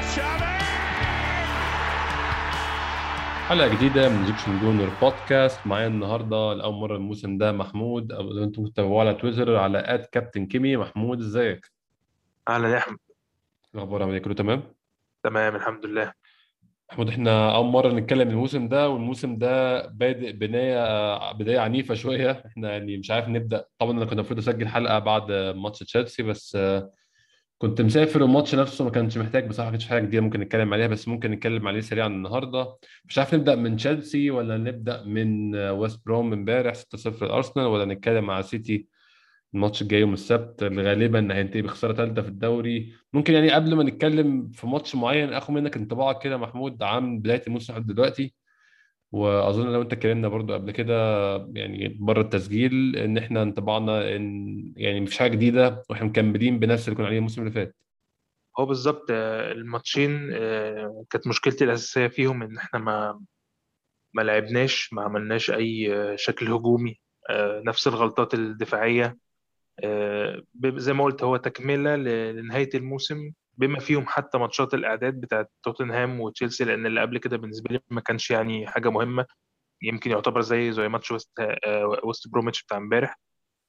حلقة جديدة من ايجيبشن جونر بودكاست. معايا النهاردة لأول مرة الموسم ده محمود، أو لو أنتم بتتابعوه على تويتر على @كابتن كيمي. محمود ازيك؟ أهلا يا أحمد. الأخبار عامل إيه؟ كله تمام؟ تمام الحمد لله. محمود، احنا أول مرة نتكلم الموسم ده، والموسم ده بادئ بداية عنيفة شوية. احنا يعني مش عارف نبدأ. طبعا أنا كنت المفروض أسجل حلقة بعد ماتش تشيلسي، بس كنت مسافر. الماتش نفسه ما كانش محتاج بصراحة، كانش حاجة جديدة ممكن نتكلم عليها، بس ممكن نتكلم عليه سريعا النهاردة. مش عارف نبدأ من تشيلسي ولا نبدأ من ويست بروم امبارح 6-0 الأرسنال، ولا نتكلم مع سيتي الماتش الجاي يوم السبت اللي غالبا هينتهي بخسارة ثالثة في الدوري. ممكن يعني قبل ما نتكلم في ماتش معين اخد منك انطباعك كده محمود عن بداية الموسم لحد دلوقتي. واظن لو انت اتكلمنا برضو قبل كده يعني بره التسجيل ان احنا انطباعنا ان يعني مفيش حاجة جديدة واحنا مكملين بنفس اللي كنا عليه الموسم اللي فات. هو بالظبط الماتشين كانت مشكلتي الأساسية فيهم إن إحنا ما لعبناش، ما عملناش أي شكل هجومي. نفس الغلطات الدفاعية. زي ما قلت هو تكملة لنهاية الموسم، بما فيهم حتى ماتشات الإعداد بتاعت توتنهام وتشيلسي، لأن اللي قبل كده بالنسبة لي ما كانش يعني حاجة مهمة. يمكن يعتبر زي ماتش وست بروميتش بتاع امبارح.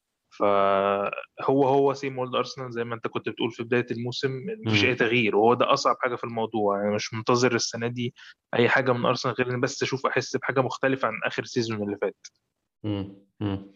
فهو سيم وولد ارسنال زي ما انت كنت بتقول في بدايه الموسم، مفيش اي امم تغيير، وهو ده اصعب حاجه في الموضوع. يعني مش منتظر السنه دي اي حاجه من ارسنال غير ان بس اشوف احس بحاجه مختلفه عن اخر سيزون اللي فات. امم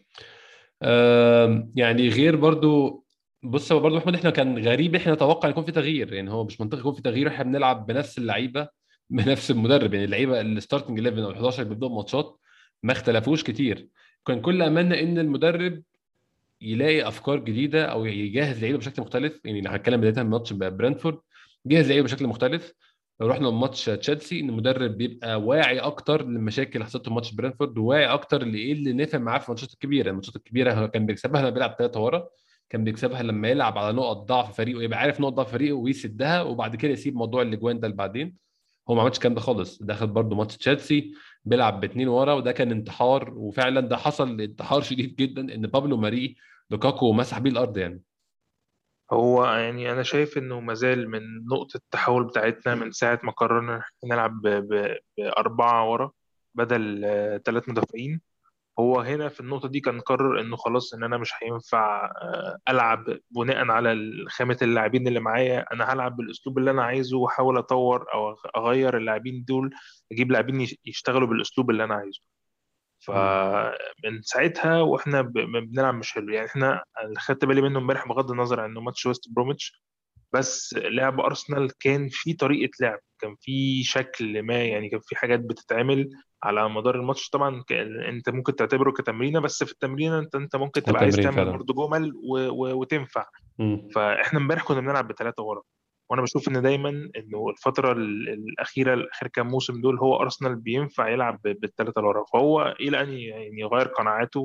يعني غير برضو. بص، هو برضو محمود احنا كان غريب احنا نتوقع يكون في تغيير، يعني هو مش منطقي يكون في تغيير. احنا بنلعب بنفس اللعيبه بنفس المدرب، يعني اللعيبه الستارتنج 11 او ال 11 اللي بيبداوا ماتشات ما اختلفوش كتير. كان كل املنا ان المدرب يلاقي افكار جديده او يجهز لعيبه بشكل مختلف. يعني لو هنتكلم بدايه من ماتش برنتفورد، جهز لعيبه بشكل مختلف. لو رحنا لماتش تشيلسي، ان المدرب بيبقى واعي اكتر للمشاكل اللي حصلت في ماتش برنتفورد، وواعي اكتر لايه اللي نفع معاه في الماتشات الكبيره. الماتشات الكبيره هو كان بيكسبها لما بيلعب ثلاثه ورا، كان بيكسبها لما يلعب على نقط ضعف فريقه، يبقى عارف نقط ضعف فريقه ويسدها، وبعد كده يسيب موضوع الاجوان ده لبعدين. هو ما عملش الكلام ده خالص. دخل برضه ماتش تشيلسي بيلعب باثنين ورا، وده كان انتحار، وفعلا ده حصل انتحار شديد جدا ان بابلو ماري لوكاكو مسح بيه الارض يعني. هو يعني انا شايف انه مازال من نقطه التحول بتاعتنا من ساعه ما قررنا نلعب باربعه ورا بدل ثلاث مدافعين. هو هنا في النقطة دي كان قرر إنه خلاص إن أنا مش هينفع ألعب بناء على خامة اللاعبين اللي معايا. أنا هلعب بالأسلوب اللي أنا عايزه وأحاول أطور أو أغير اللاعبين دول، أجيب لاعبين يشتغلوا بالأسلوب اللي أنا عايزه. مم. فمن ساعتها وإحنا بنلعب مش حلو. يعني إحنا اللي خدت بالي منه امبارح بغض النظر عن إنه ماتش ويست بروميتش، بس لعب أرسنال كان في طريقة لعب، كان في شكل ما، يعني كان في حاجات بتتعمل على مدار الماتش. طبعا انت ممكن تعتبره كتمرينة، بس في التمرينة انت ممكن هو تبقى عايز تمرين تعمل فعلا. برضو جمل وتنفع. مم. فاحنا امبارح كنا بنلعب بثلاثة ورا، وانا بشوف ان دايما انه الفترة الاخيرة اخر كام موسم دول هو ارسنال بينفع يلعب بالثلاثة اللي ورا. فهو الى ان يعني يغير قناعاته.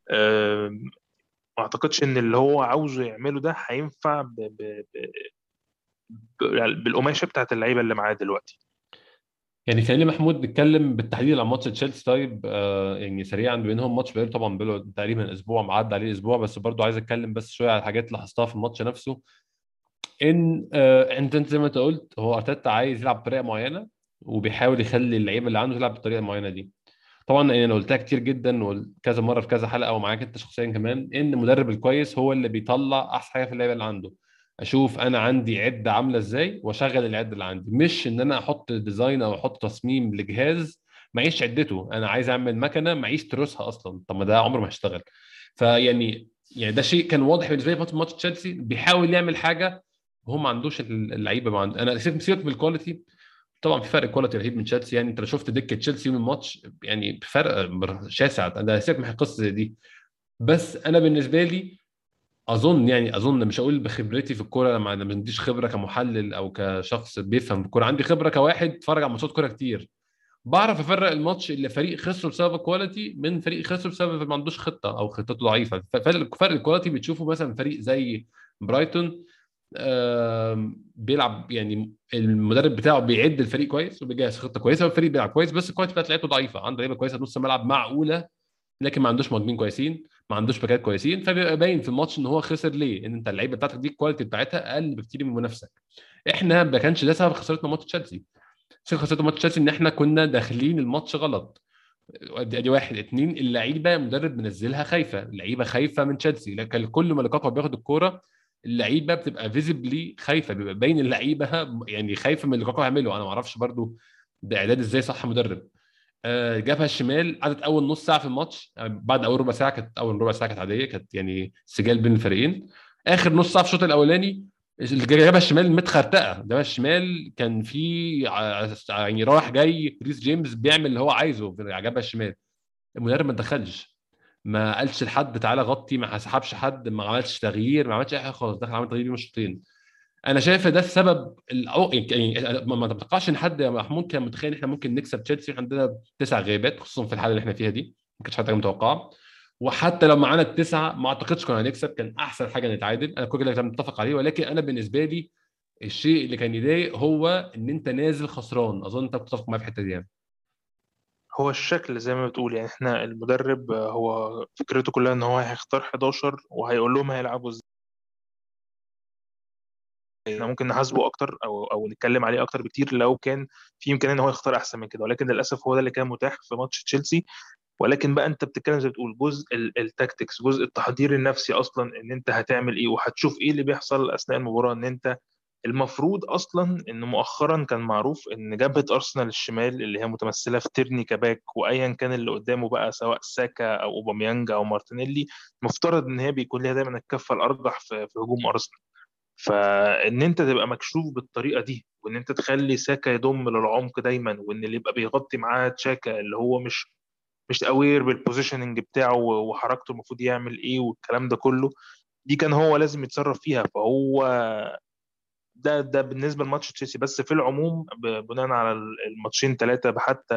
ما اعتقدش ان اللي هو عاوزه يعمله ده هينفع بالقماشه بتاعت اللعيبه اللي معاه دلوقتي. يعني خلينا محمود نتكلم بالتحديد عن ماتش تشيلسي. طيب يعني سريعا، بينهم ماتش بقاله طبعا بقاله تقريبا اسبوع، معدى عليه اسبوع، بس برضو عايز اتكلم بس شويه على الحاجات اللي لاحظتها في الماتش نفسه. ان انت زي ما انت قلت، هو ارتيتا عايز يلعب بطريقه معينه، وبيحاول يخلي اللعيبه اللي عنده تلعب بالطريقه المعينه دي. طبعا يعني انا قلتها كتير جدا وكذا مره في كذا حلقه، ومعاك انت شخصيا كمان، ان المدرب الكويس هو اللي بيطلع احسن حاجه في اللعيبه اللي عنده. اشوف انا عندي عده عامله ازاي واشغل العده اللي عندي، مش ان انا احط ديزاين او احط تصميم لجهاز معيش عدته. انا عايز اعمل مكنه معيش تروسها اصلا، طب ما ده عمره ما هيشتغل. فيعني ده شيء كان واضح بالنسبه لي في ماتش تشيلسي. بيحاول يعمل حاجه وهو ما عندوش اللعيبه. ما عند... انا سيبك من الكواليتي. طبعا في فرق كواليتي رهيب من تشيلسي. يعني انت لو شفت دكه تشيلسي يوم الماتش، يعني فرق شاسع. انا سيبك من القصه زي دي. بس انا بالنسبه لي اظن مش هقول بخبرتي في الكوره، أنا ما عنديش خبره كمحلل او كشخص بيفهم في الكوره، عندي خبره كواحد اتفرج على ماتشات كوره كتير. بعرف افرق الماتش اللي فريق خسره بسبب الكواليتي من فريق خسره بسبب ما عندوش خطه او خطته ضعيفه. فرق الكواليتي بتشوفه مثلا فريق زي برايتون، بيلعب يعني المدرب بتاعه بيعد الفريق كويس وبيجهز خطه كويسه، والفريق بيلعب كويس، بس الكواليتي بتاعت لعيبته ضعيفه. عنده لعيبه كويسه نص ملعب معقوله، لكن ما عندوش مهاجمين كويسين. ما عندوش باكات كويسين، فبيبقى باين في الماتش ان هو خسر ليه، ان انت اللعيبه بتاعتك دي الكواليتي بتاعتها اقل بكتير من منافسك. احنا ما كانش ده سبب خسارتنا ماتش تشيلسي. سبب خسارتنا ماتش تشيلسي ان احنا كنا داخلين الماتش غلط. ادي واحد اتنين، اللعيبه مدرب منزلها خايفه، اللعيبه خايفه من تشيلسي، لكن كل ما لوكاكو بياخد الكوره اللعيبه بتبقى فيزيبلي خايفه، بيبقى باين اللعيبه يعني خايفه من اللي لوكاكو هيعمله. انا ما اعرفش برضو ده اعداد ازاي صح مدرب. جابها الشمال، قعدت اول نص ساعه في الماتش، بعد اول ربع ساعه كانت، اول ربع ساعه كانت عاديه، كانت يعني سجال بين الفريقين. اخر نص ساعه في الشوط الاولاني اللي جابها الشمال متخرتقه، جابها الشمال كان في يعني رايح جاي ريس جيمس بيعمل اللي هو عايزه، جابها الشمال. المدرب ما تدخلش، ما قالش لحد تعالى غطي، ما سحبش حد، ما عملش تغيير، ما عملش اي حاجه خالص، دخل عمل تغيير يوم الشوطين. انا شايف ده السبب يعني ما تتوقعش ان حد يا محمود كان متخيل ان احنا ممكن نكسب تشيلسي، عندنا 9 غيابات خصوصا في الحاله اللي احنا فيها دي، ما كانش حد متوقعه. وحتى لو معانا التسعه ما اعتقدش كنا هنكسب، كان احسن حاجه نتعادل، انا كل كده متفق عليه. ولكن انا بالنسبه لي الشيء اللي كان يضايق هو ان انت نازل خسران، اظن انت بتتفق معايا في الحته دي يعني. هو الشكل زي ما بتقول، يعني احنا المدرب هو فكرته كلها ان هو هيختار 11 وهيقول لهم هيلعبوا ازاي. احنا ممكن نحاسبه اكتر او نتكلم عليه اكتر بكتير لو كان في امكانيه ان هو يختار احسن من كده، ولكن للاسف هو ده اللي كان متاح في ماتش تشيلسي. ولكن بقى انت بتتكلم زي ما بتقول جزء التاكتكس، جزء التحضير النفسي اصلا، ان انت هتعمل ايه وهتشوف ايه اللي بيحصل اثناء المباراه. ان انت المفروض اصلا ان مؤخرا كان معروف ان جبهه ارسنال الشمال اللي هي متمثله في تيرني كباك، وايا كان اللي قدامه بقى سواء ساكا او اوباميانج او مارتينيلي، مفترض ان هي بيكون ليها دايما الكفه الارجح في هجوم ارسنال. فان انت تبقى مكشوف بالطريقه دي، وان انت تخلي ساكا يضم للعمق دايما، وان اللي يبقى بيغطي معاه تشاكا اللي هو مش اوير بالبوزيشننج بتاعه وحركته المفروض يعمل ايه والكلام ده كله، دي كان هو لازم يتصرف فيها. فهو ده بالنسبه لماتش تشيلسي. بس في العموم بناء على الماتشين ثلاثه حتى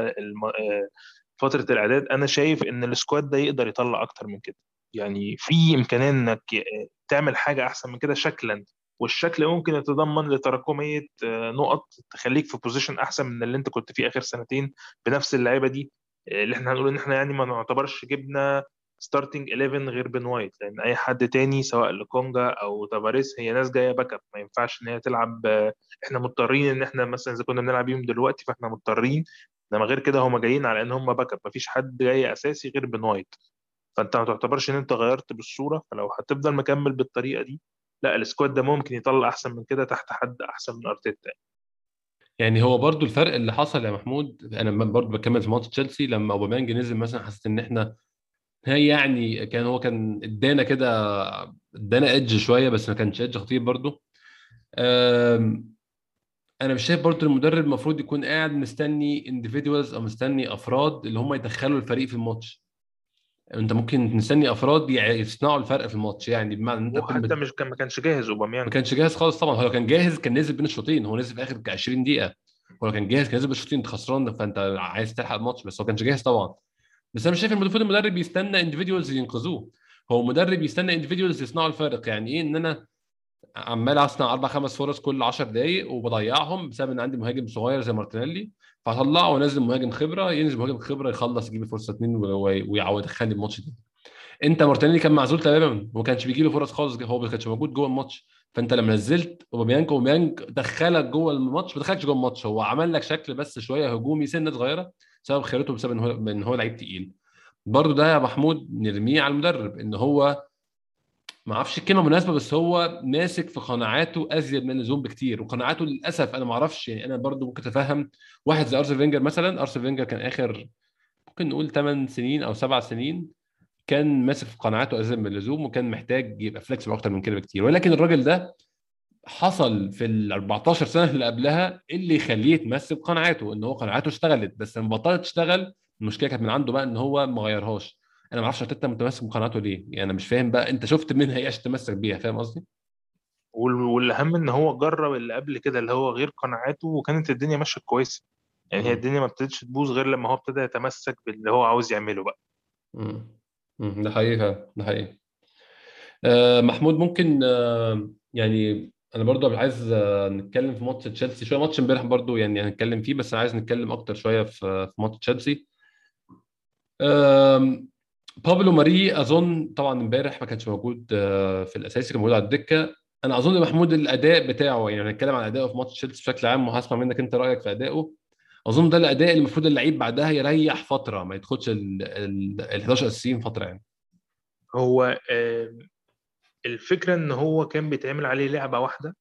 فتره الاعداد، انا شايف ان السكواد ده يقدر يطلع اكتر من كده. يعني في امكانيه انك تعمل حاجه احسن من كده شكلا، والشكل ممكن يتضمن لتراكميه نقط تخليك في بوزيشن احسن من اللي انت كنت فيه اخر سنتين بنفس اللعيبه دي. اللي احنا هنقول ان احنا يعني ما نعتبرش جبنا ستارتنج 11 غير بن وايت، لان اي حد تاني سواء لكونجا او تافاريس هي ناس جايه باك اب، ما ينفعش ان هي تلعب. احنا مضطرين ان احنا مثلا اذا كنا بنلعب بيهم دلوقتي فاحنا مضطرين، انما غير كده هم جايين على ان هم باك اب، مفيش حد جاي اساسي غير بن وايت. فانت ما تعتبرش ان انت غيرت بالصوره، فلو هتفضل مكمل بالطريقه دي لا السكواد ده ممكن يطلع احسن من كده تحت حد احسن من ارتيتا. يعني هو برضو الفرق اللي حصل يا محمود، انا برضو بكمل في ماتش تشيلسي لما اوباميانج نزل مثلا، حسيت ان احنا هي يعني كان هو كان ادانا كده، ادانا ايدج شويه بس ما كانش ايدج خطير برضو. أم، انا مش شايف برضو المدرب المفروض يكون قاعد مستني individuals او مستني افراد اللي هم يدخلوا الفريق في الماتش. انت ممكن مستني افراد يصنعوا الفرق في الماتش، يعني بمعنى ان انت هو تكون حتى مش كان ما كانش جاهز ما اوباميانج. كانش جاهز خالص طبعا. هو لو كان جاهز كان نزل بين الشوطين، هو نزل في اخر 20 دقيقه. هو لو كان جاهز كان نزل بين الشوطين، انت خسران فانت عايز تلحق الماتش، بس هو كانش جاهز طبعا. بس انا مش شايف المفروض المدرب يستنى individuals ينقذوه، هو مدرب يستنى individuals يصنعوا الفارق. يعني ايه ان انا عمال اصنع 4 5 فرص كل 10 دقائق وبضيعهم بسبب ان عندي مهاجم صغير زي مارتينيلي، فهطلعه وانزل مهاجم خبره، ينزل مهاجم خبره يخلص يجيب الفرصه اتنين ويعود يدخلني الماتش ده. انت مارتينيلي كان معزول تماما وما كانش بيجي له فرص خالص، هو ما كانش موجود جوه الماتش. فانت لما نزلت اوباميانج دخلك جوه الماتش، ما دخلكش جوه الماتش، هو عمل لك شكل بس شويه هجومي سنه صغيره بسبب خيرته، بسبب ان هو لعيب تقيل. برضو ده يا محمود نرميه على المدرب، ان هو ما اعرفش الكلمه مناسبه، بس هو ماسك في قناعاته ازيد من اللزوم بكتير، وقناعاته للاسف انا ما اعرفش، يعني انا برضو ممكن اتفهم واحد زي ارسنال فينجر مثلا. ارسنال فينجر كان اخر ممكن نقول 8 سنين او 7 سنين كان ماسك في قناعاته ازيد من اللزوم، وكان محتاج يبقى فليكسبل اكتر من كده بكتير. ولكن الراجل ده حصل في ال 14 سنه اللي قبلها اللي يخليه يتمسك بقناعاته، ان هو قناعاته اشتغلت، بس لما بطلت تشتغل المشكله كانت من عنده بقى ان هو ما غيرهاش. انا ما اعرفش ارتيتا متمسك بقناعاته ليه، يعني انا مش فاهم بقى، انت شفت منها ايه عشان تمسك بيها؟ فاهم قصدي؟ والاهم ان هو جرب اللي قبل كده اللي هو غير قناعاته وكانت الدنيا ماشيه كويس. يعني هي مم. الدنيا ما ابتدتش تبوظ غير لما هو ابتدى يتمسك باللي هو عاوز يعمله بقى. مم. ده حقيقي فعلا، ده حقيقي. محمود ممكن يعني انا برضو عايز نتكلم في ماتش تشيلسي شويه، ماتش امبارح برضو يعني هنتكلم فيه، بس انا عايز نتكلم اكتر شويه في ماتش تشيلسي. آم، بابلو ماري اظن طبعا امبارح ما كانش موجود في الاساسي، كان موجود على الدكه. انا اظن محمود الاداء بتاعه، يعني هنتكلم عن ادائه في ماتش تشيلسي بشكل عام وهسمع منك انت رايك في ادائه. اظن ده الاداء اللي المفروض اللعيب بعدها يريح فتره، ما يدخلش ال 11 اساسيين فتره يعني. هو الفكرة إن هو كان بيتعمل عليه لعبة واحدة،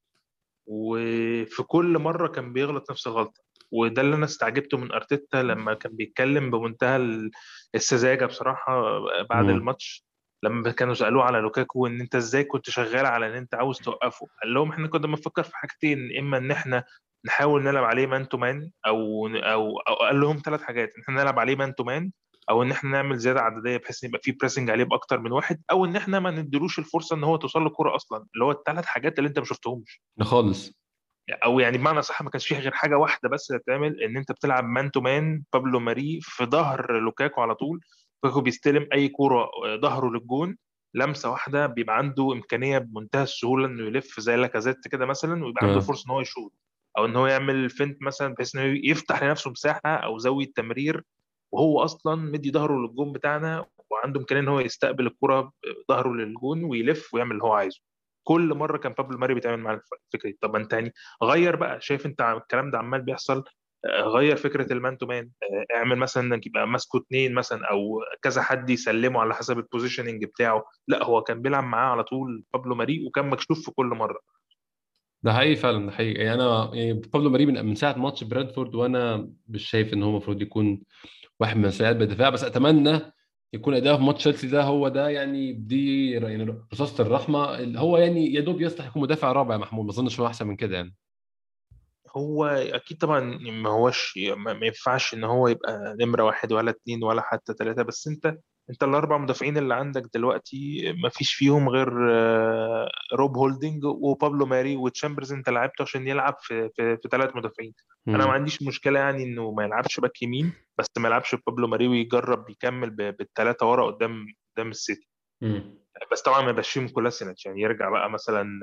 وفي كل مرة كان بيغلط نفس الغلطة. وده اللي أنا استعجبته من أرتيتا لما كان بيتكلم بمنتهى السذاجة بصراحة بعد امم. الماتش. لما كانوا سألوه على لوكاكو إن أنت إزاي كنت شغال على إن أنت عاوز توقفه، قال لهم إحنا كنا بنفكر في حاجتين: إما إن إحنا نحاول نلعب عليه مان تو مان، أو قال لهم ثلاث حاجات: إن إحنا نلعب عليه مان تو مان، او ان احنا نعمل زياده عدديه بحيث ان يبقى في بريسنج عليه باكتر من واحد، او ان احنا ما نديلوش الفرصه ان هو توصل له الكوره اصلا. اللي هو الثلاث حاجات اللي انت ما شفتهمش. ده خالص. او يعني بمعنى صح ما كانش فيه غير حاجه واحده بس اللي بتعمل: ان انت بتلعب مان تو مان بابلو ماري في ظهر لوكاكو على طول. لوكاكو بيستلم اي كوره ظهره للجون، لمسه واحده بيبقى عنده امكانيه بمنتهى السهوله انه يلف زي لاكازيت كده مثلا، ويبقى عنده اه. فرصه ان هو يشوط، او ان هو يعمل فينت مثلا بحيث انه يفتح لنفسه مساحه او زاويه تمرير، وهو اصلا مدي ظهره للجون بتاعنا، وعنده امكانيه ان هو يستقبل الكره ظهره للجون ويلف ويعمل اللي هو عايزه. كل مره كان بابلو ماري بيتعمل مع الفكره دي. طب انت يعني غير بقى، شايف انت الكلام ده عمال بيحصل، غير فكره المان تو مان، اعمل مثلا انك يبقى ماسكه اتنين مثلا او كذا حد يسلمه على حسب البوزيشننج بتاعه. لا، هو كان بيلعب معاه على طول بابلو ماري وكان مكشوف في كل مره. ده حقيقي فعلا، ده حقيقي. يعني انا يعني بابلو ماري من ساعه ماتش برادفورد وانا مش شايف ان هو المفروض يكون واحد من سيئات بالدفاع، بس اتمنى يكون اداؤه في ماتش تشيلسي ده هو ده، يعني دي يعني رصاصه الرحمه اللي هو يعني يا دوب يصلح يكون مدافع رابع يا محمود، ما اظنش هو احسن من كده يعني. هو اكيد طبعا ما هوش، ما ينفعش ان هو يبقى نمره واحد ولا اتنين ولا حتى ثلاثه، بس انت الاربع مدافعين اللي عندك دلوقتي ما فيش فيهم غير روب هولدنج وبابلو ماري وتشامبرز. انت لعبته عشان يلعب في ثلاث مدافعين. انا ما امم. عنديش مشكله يعني انه ما يلعبش باك يمين، بس ما يلعبش بابلو ماري ويجرب يكمل بالثلاثه ورا قدام السيتي. امم. بس طبعا ما يبقاش فيهم كولاسينيتش، يعني يرجع بقى مثلا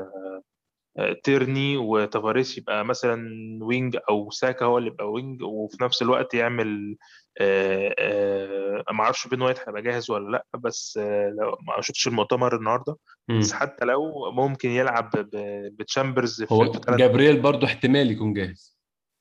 تيرني وتافاريس يبقى مثلا وينج، او ساكا هو اللي يبقى وينج، وفي نفس الوقت يعمل ما اعرفش بين وايت هيبقى جاهز ولا لا، بس لو ما شفتش المؤتمر النهارده، بس امم. حتى لو ممكن يلعب بتشامبرز في هو ثلاث. جابرييل برضو احتمال يكون جاهز.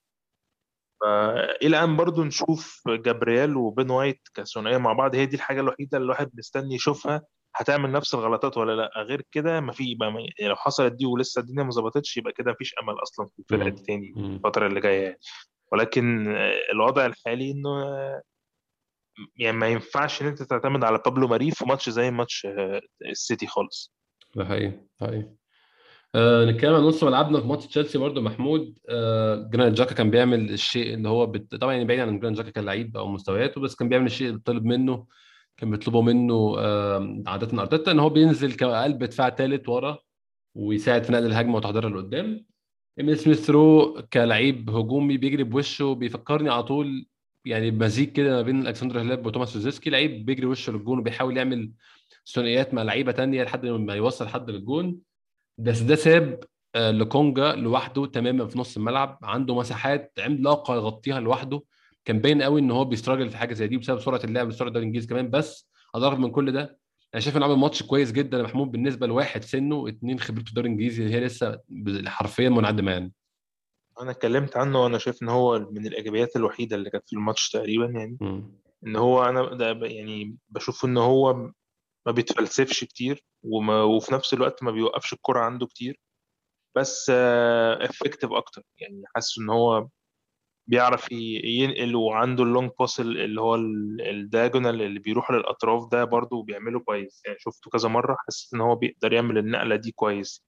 الى الان برضو نشوف جابرييل وبين وايت كثنائيه مع بعض، هي دي الحاجه الوحيده اللي الواحد مستني يشوفها هتعمل نفس الغلطات ولا لا. غير كده ما في يعني لو حصلت دي ولسه الدنيا ما ظبطتش يبقى كده مفيش امل اصلا في الفرقه دي امم. تاني امم. الفتره اللي جايه يعني. ولكن الوضع الحالي انه يعني ما ينفعش ان انت تعتمد على بابلو ماري في ماتش زي ماتش السيتي خالص. ده حقيقي، حقيقي. نتكلم عن نص ملعبنا في ماتش تشيلسي برضو محمود. جرانيت جاكا كان بيعمل الشيء اللي هو طبعا يعني بعيد عن جرانيت جاكا كلاعب او مستوياته، بس كان بيعمل الشيء اللي طلب منه. كان بيطلبه منه عادة ارتيتا ان هو بينزل كقلب دفاع ثالث ورا ويساعد في نقل الهجمه وتحضيرها لقدام. ايميل سميث رو كلاعب هجومي بيجري بوشه، بيفكرني على طول يعني بمزيج كده ما بين الكسندر هلاب وتوماس روزيسكي، لعيب بيجري وشه للجون وبيحاول يعمل ثنائيات مع لعيبه تانية لحد ما يوصل حد للجون. بس ده ساب لكونجا لوحده تماما في نص الملعب، عنده مساحات عملاقه يغطيها لوحده. كان باين قوي ان هو بيستراجل في حاجه زي دي بسبب سرعه اللعب وسرعه الدوري الانجليزي كمان. بس على الرغم من كل ده انا شايف انه عامل ماتش كويس جدا يا محمود، بالنسبه لواحد سنه، اتنين خبرته الدوري الانجليزي هي لسه حرفيا منعدمه يعني. انا اتكلمت عنه وانا شايف ان هو من الايجابيات الوحيده اللي كانت في الماتش تقريبا يعني. مم. ان هو انا ده يعني بشوف ان هو ما بيتفلسفش كتير، وفي نفس الوقت ما بيوقفش الكرة عنده كتير، بس افكتيف اكتر. يعني حاسس ان هو بيعرف ينقل، وعنده اللونج باس اللي هو الدايجونال اللي بيروح للاطراف ده برضو بيعمله كويس. يعني شفته كذا مرة، حاسس ان هو بيقدر يعمل النقلة دي كويس.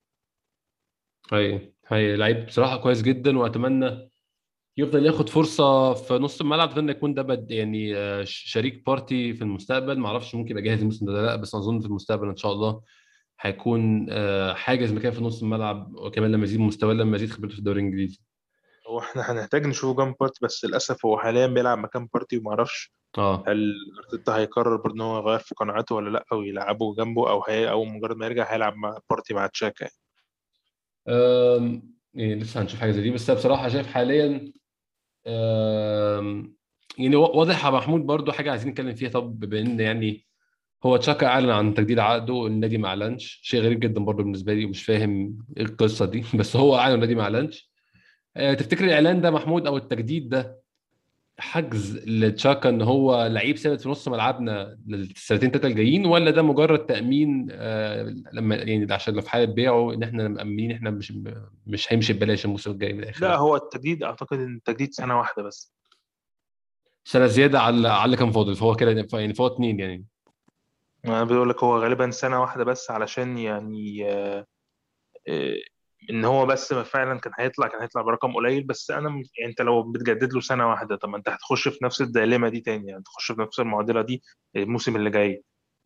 هي لعيب بصراحه كويس جدا، واتمنى يفضل ياخد فرصه في نص الملعب. اتمنى يكون ده يعني شريك بارتي في المستقبل. ما اعرفش ممكن يبقى جاهز الموسم ده ولا لا، بس اظن في المستقبل ان شاء الله هيكون حاجز مكان في نص الملعب، وكمان لما يزيد مستواه لما يزيد خبرته في الدوري الانجليزي. هو احنا هنحتاج نشوف جام بارتي، بس للاسف هو حاليا بيلعب مكان بارتي، ومعرفش اه. هل ارتيتا هيقرر برضه ان هو يغير في قناعاته ولا لا، او يلعبه جنبه، او مجرد ما يرجع هيلعب مع بارتي مع تشاكا. يعني لسه هنشوف حاجه زي دي، بس أنا بصراحه شايف حاليا يعني واضح يا محمود برضو حاجه عايزين نتكلم فيها. طب بما ان يعني هو تشاكا اعلن عن تجديد عقده، النادي ما اعلنش، شيء غريب جدا برضه بالنسبه لي ومش فاهم ايه القصه دي بس هو اعلن النادي ما اعلنش. تفتكر الاعلان ده محمود او التجديد ده حجز لتشاكا ان هو لعيب ثابت في نص ملعبنا للسنتين ثلاثه الجايين، ولا ده مجرد تامين لما يعني عشان لو في حاله بيعه ان احنا مامنين احنا مش هيمشي ببلاش الموسم الجاي من الاخر لا، يعني. هو التجديد اعتقد ان التجديد سنه واحده بس. سنه زياده على اللي كان فاضل، فهو كده يعني فهو اتنين يعني. انا بقول لك هو غالبا سنه واحده بس، علشان يعني آه، ان هو بس فعلا كان هيطلع برقم قليل. بس انا يعني انت لو بتجدد له سنه واحده، طب ما انت هتخش في نفس الدائمه دي تاني، يعني تخش في نفس المعضله دي الموسم اللي جاي.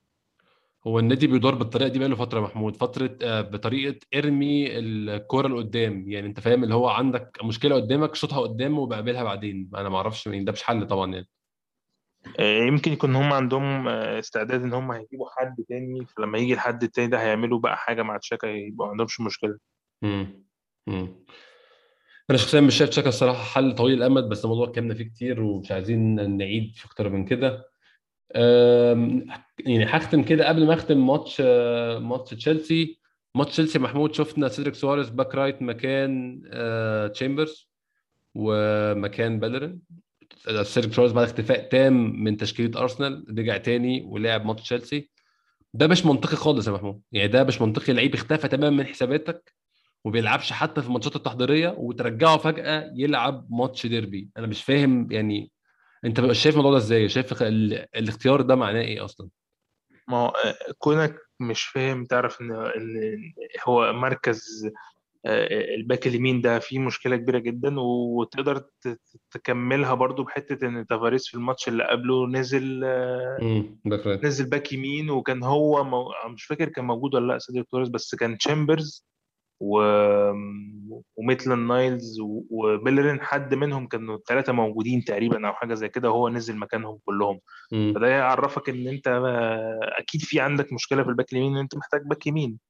هو النادي بيدور بالطريقه دي بقاله فتره محمود، فتره بطريقه ارمي الكوره لقدام، يعني انت فاهم اللي هو عندك مشكله قدامك شوطها قدام وبقابلها بعدين. انا ما اعرفش يعني ده مش حل طبعا يعني. يمكن يكون هم عندهم استعداد ان هم هيجيبوا حد تاني، فلما يجي الحد التاني ده هيعملوا بقى حاجه مع تشاكا، يبقى ما عندهمش مشكله. امم امم انا شخصيا مش شايف تشاكا الصراحه حل طويل الامد، بس الموضوع اتكلمنا فيه كتير ومش عايزين نعيد في اكتر من كده. أم، يعني هختم كده قبل ما اختم ماتش تشيلسي. ماتش تشيلسي محمود، شفنا سيدريك سواريز باك رايت مكان تشامبرز ومكان بيلرين. سيرجيو سواريز بعد اختفاء تام من تشكيله ارسنال رجع تاني ولعب ماتش تشيلسي. ده مش منطقي خالص يا محمود، يعني ده مش منطقي، لعيب اختفى تماما من حساباتك وما بيلعبش حتى في الماتشات التحضيريه وترجعه فجاه يلعب ماتش ديربي. انا مش فاهم يعني. انت بقى شايف الموضوع ده ازاي؟ شايف الاختيار ده معناه ايه اصلا؟ ما هو كونك مش فاهم تعرف ان هو مركز الباك اليمين ده فيه مشكله كبيره جدا، وتقدر تكملها برضو بحته ان تافاريس في الماتش اللي قبله نزل باك رايت. نزل باك يمين، وكان هو مش فاكر كان موجود ولا لا سيديو توريس، بس كان تشامبرز و... وميتلاند نايلز وبيلرين، حد منهم كانوا الثلاثه موجودين تقريبا او حاجه زي كده، وهو نزل مكانهم كلهم. فده امم يعرفك ان انت اكيد في عندك مشكله في الباك اليمين، ان انت محتاج باك يمين.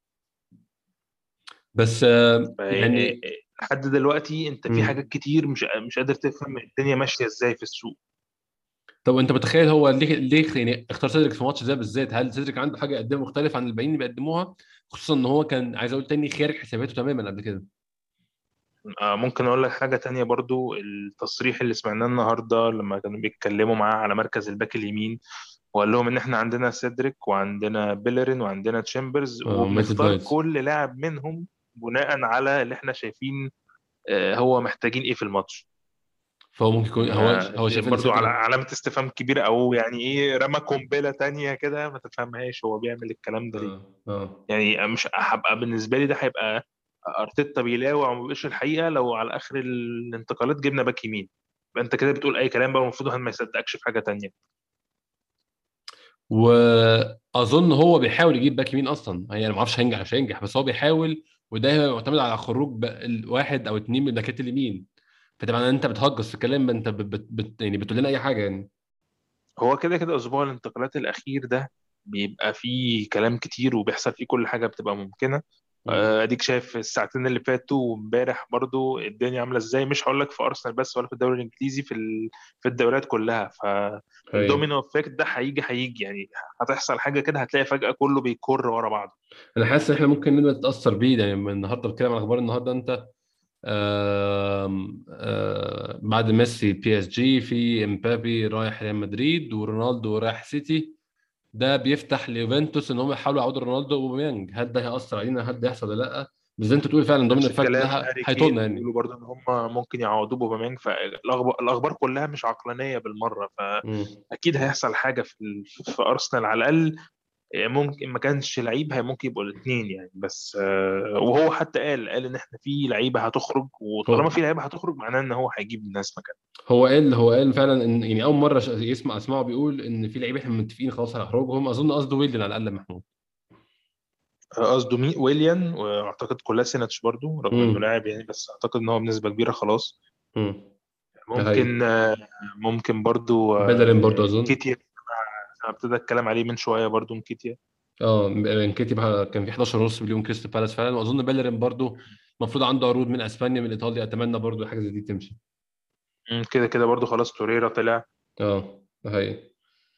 بس يعني لحد دلوقتي انت في حاجات مم. كتير مش قادر تفهم الدنيا ماشيه ازاي في السوق. طب انت متخيل هو ليه يعني اختار سيدريك في ماتش ده بالذات؟ هل سيدريك عنده حاجه يقدمها مختلف عن الباقيين اللي بيقدموها؟ خصوصا ان هو كان عايز اقول تاني خارج حساباته تماما قبل كده. ممكن اقول لك حاجه تانية برضو، التصريح اللي سمعناه النهارده لما كانوا بيتكلموا معاه على مركز الباك اليمين، وقال لهم ان احنا عندنا سيدريك وعندنا بيلرين وعندنا تشامبرز، ميتد وبنختار نايتس. كل لاعب منهم بناء على اللي احنا شايفين هو محتاجين ايه في الماتش. فهو ممكن يكون هو شايف ان برضو على سيدريك. علامة استفهام كبيرة، أو يعني إيه، رمى قنبلة تانية كده ما تفهمهاش هو بيعمل الكلام ده ليه. اه يعني مش هبقى بالنسبة لي ده هيبقى أرتيتا بيلاوع وما بيقولش الحقيقة لو على آخر الانتقالات جبنا باك يمين. يبقى أنت كده بتقول أي كلام بقى، المفروض ما يصدقكش في حاجة تانية. واظن هو بيحاول يجيب باك يمين اصلا، يعني انا ما اعرفش هينجح مش هينجح بس هو بيحاول. وده هيبقى معتمد على خروج الواحد او اتنين من الباكات اليمين. فطبعا انت بتهجص في الكلام، ما انت يعني بتقول لنا اي حاجه يعني. هو كده كده أسبوع الانتقالات الأخير ده بيبقى فيه كلام كتير وبيحصل فيه كل حاجة بتبقى ممكنة. امم اديك شايف الساعتين اللي فاتوا وامبارح برضو الدنيا عامله ازاي، مش هقول لك في ارسنال بس ولا في الدوري الانجليزي، في الدوريات كلها. هي فالدومينو افكت ده هيجي يعني، هتحصل حاجه كده هتلاقي فجاه كله بيكر ورا بعض. انا حاسس ان احنا ممكن نبدا نتاثر بيه يعني. من النهارده بتكلم عن اخبار النهارده انت. بعد ميسي بي اس جي، في امبابي رايح ريال مدريد ورونالدو رايح سيتي. ده بيفتح ليوفنتوس ان هم يحاولوا يعودوا رونالدو واوباميانج. هل ده هيأثر علينا؟ هل ده يحصل ولا لا؟ بس زي انت تقول فعلا ضمن نفس الفاكت ده الكلام هاري هيطولنا كين يعني. بيقولوا برضو ان هم ممكن يعوضوه بوبامينج، فالاخبار كلها مش عقلانيه بالمره، مم. فاكيد هيحصل حاجه في ارسنال على الاقل. ممكن ما كانش لعيب، هي ممكن يبقوا الاثنين يعني. بس وهو حتى قال ان احنا في لعيبه هتخرج، وطالما هو في لعيبه هتخرج معناه ان هو هيجيب ناس مكانها. هو قال فعلا ان يعني اول مره اسمعه بيقول ان في لعيبه احنا متفقين خلاص هنخرجهم. اظن قصده ويليان على الاقل محمود. قصده ويليان، واعتقد كولاسيناتش برضو رغم انه امم لاعب يعني، بس اعتقد ان هو بنسبه كبيره خلاص. امم ده حقيقي. ممكن برضو بيلرين برضو اظن. انكيتيا. انا ابتدى اتكلم عليه من شويه برضو انكيتيا. اه انكيتي بقى كان في 11.5 مليون كريستال بالاس فعلا. واظن بيلرين برضو المفروض عنده عروض من اسبانيا من ايطاليا. اتمنى برضو حاجه زي دي تمشي. كده كده برضو خلاص توريرا طلع. اه ده حقيقي.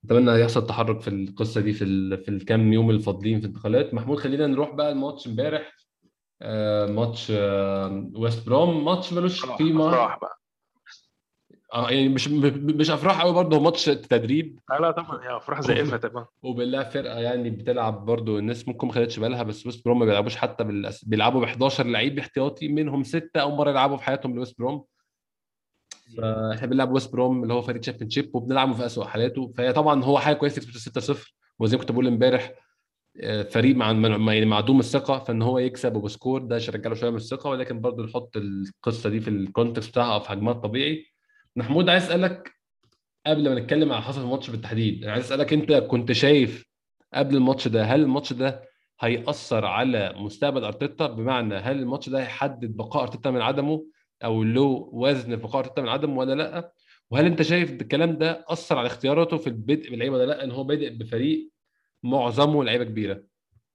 اتمنى يحصل تحرك في القصه دي في الكام يوم الفاضلين في الانتقالات. محمود خلينا نروح بقى الماتش امبارح. ماتش ويست بروم، ماتش ملوش قيمه. افراح بقى. يعني مش افراح قوي برضه، هو ماتش تدريب. لا طبعا هي افراح زائفه طبعا. وبالله فرقه يعني بتلعب برضه، الناس ممكن ما خدتش بالها، بس ويست بروم ما بيلعبوش حتى بيلعبوا ب 11 لعيب احتياطي، منهم سته اول مره يلعبوا في حياتهم لويست بروم. فاحنا بنلعب ويست بروم اللي هو فريق تشامبيون شيب، وبنلعبه في اسوء حالاته، فهي طبعا هو حاجه كويسه تكسب 6-0. وزي ما كنت بقول امبارح، فريق يعني معدوم الثقه، فان هو يكسب وبسكور ده يرجع له شويه من الثقه، ولكن برضه نحط القصه دي في الكونتكست بتاعها او في حجمها الطبيعي. محمود عايز اسالك قبل ما نتكلم على حصل الماتش بالتحديد، انا عايز اسالك انت كنت شايف قبل الماتش ده هل الماتش ده هيأثر على مستقبل ارتيتا؟ بمعنى هل الماتش ده هيحدد بقاء ارتيتا من عدمه، او له وزن في بقاء ارتيتا من عدمه ولا لا؟ وهل انت شايف الكلام ده اثر على اختياراته في البدء باللعيبه ولا لا، ان هو بادئ بفريق معظمه لعيبه كبيره؟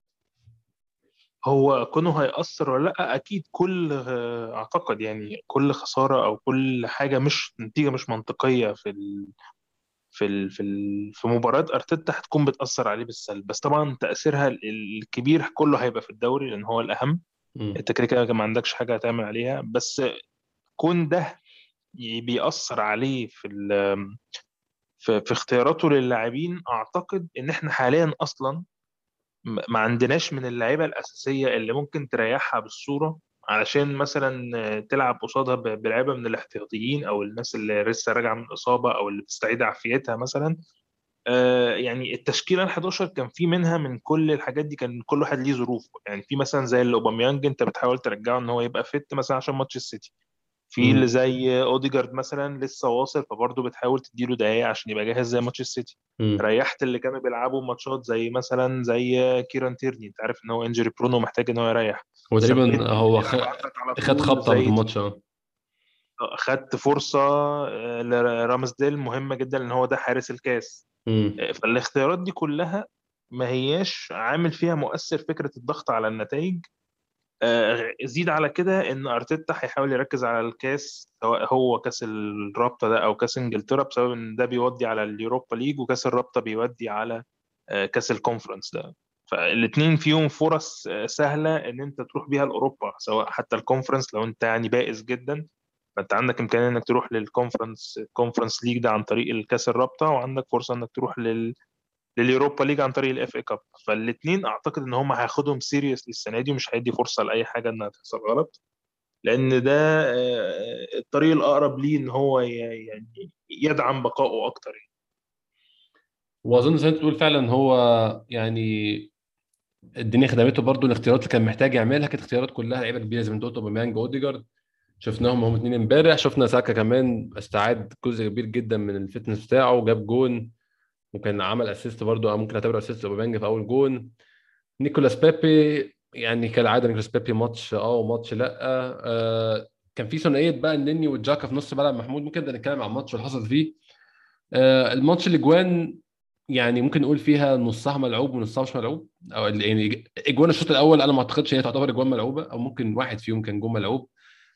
هو كونه هيأثر ولا لا، اكيد كل اعتقد يعني كل خساره او كل حاجه مش نتيجه مش منطقيه في مباراه ارتيتا هتكون بتأثر عليه بالسلب. بس طبعا تأثيرها الكبير كله هيبقى في الدوري لان هو الاهم. امم. انت كده كده ما عندكش حاجه هتعمل عليها. بس كون ده بيأثر عليه في اختياراته للاعبين، اعتقد ان احنا حاليا اصلا ما عندناش من اللعيبه الاساسيه اللي ممكن تريحها بالصوره علشان مثلا تلعب قصادها بلعيبه من الاحتياطيين او الناس اللي لسه راجعه من اصابه او اللي بتستعيد عافيتها مثلا. يعني التشكيله ال 11 كان في منها من كل الحاجات دي، كان كل واحد ليه ظروفه. يعني في مثلا زي الاوباميانج انت بتحاول ترجعه ان هو يبقى فت مثلا عشان ماتش السيتي. في اللي امم. زي اوديجارد مثلا لسه واصل، فبرضه بتحاول تديله دقايق عشان يبقى جاهز زي ماتش السيتي. امم. ريحت اللي كانوا بيلعبوا ماتشات زي مثلا زي كيران تيرني، انت عارف ان هو انجري برونو ومحتاج ان هو يريح. هو تقريبا ثبت اللي هو بيلعب عندك على خد طول خبطه في زي الماتش. اه. خدت فرصة لرامسديل مهمة جدا لان هو ده حارس الكاس. امم. فالاختيارات دي كلها ما هياش عامل فيها مؤثر فكرة الضغط على النتائج. زيد على كده ان ارتيتا هيحاول يركز على الكاس، سواء هو كاس الرابطه ده او كاس انجلترا، بسبب ان ده بيودي على اليوروبا ليج وكاس الرابطه بيودي على كاس الكونفرنس ده. فالاثنين فيهم فرص سهله ان انت تروح بيها لاوروبا، سواء حتى الكونفرنس لو انت يعني بائس جدا، فانت عندك امكانيه انك تروح الكونفرنس ليج ده عن طريق الكاس الرابطه، وعندك فرصه انك تروح لليوروبا ليج عن طريق الاف اي كاب. فالاثنين اعتقد ان هم هياخدهم سيريس السنه دي، ومش هيدي فرصه لاي حاجه انها تحصل غلط، لان ده الطريق الاقرب ليه ان هو يعني يدعم بقائه اكتر يعني. واظن زي ما انت بتقول فعلا هو يعني الدنيا خدمته برضو، الاختيارات اللي كان محتاج يعملها كانت اختيارات كلها لعيبه كبيره زي ما انت قلت، اوباميانج واوديجارد. شفناهم هم اثنين امبارح، شفنا ساكا كمان استعاد جزء كبير جدا من الفتنس بتاعه وجاب جون، وكان عمل اسيست برضو، أو ممكن اعتبره اسيست اوباميانج في اول جون. نيكولاس بيبي يعني كالعاده، نيكولاس بيبي ماتش وماتش لا. كان في ثنائيه بقى النني والجاكا في نص ملعب محمود، ممكن نبدا نتكلم عن الماتش واللي حصل فيه. الماتش الاجوان يعني ممكن نقول فيها نصها ملعوب ونصها مش ملعوب، او يعني اجوان الشوط الاول انا ما اعتقدش هي تعتبر اجوان ملعوبه، او ممكن واحد فيهم كان جون ملعوب.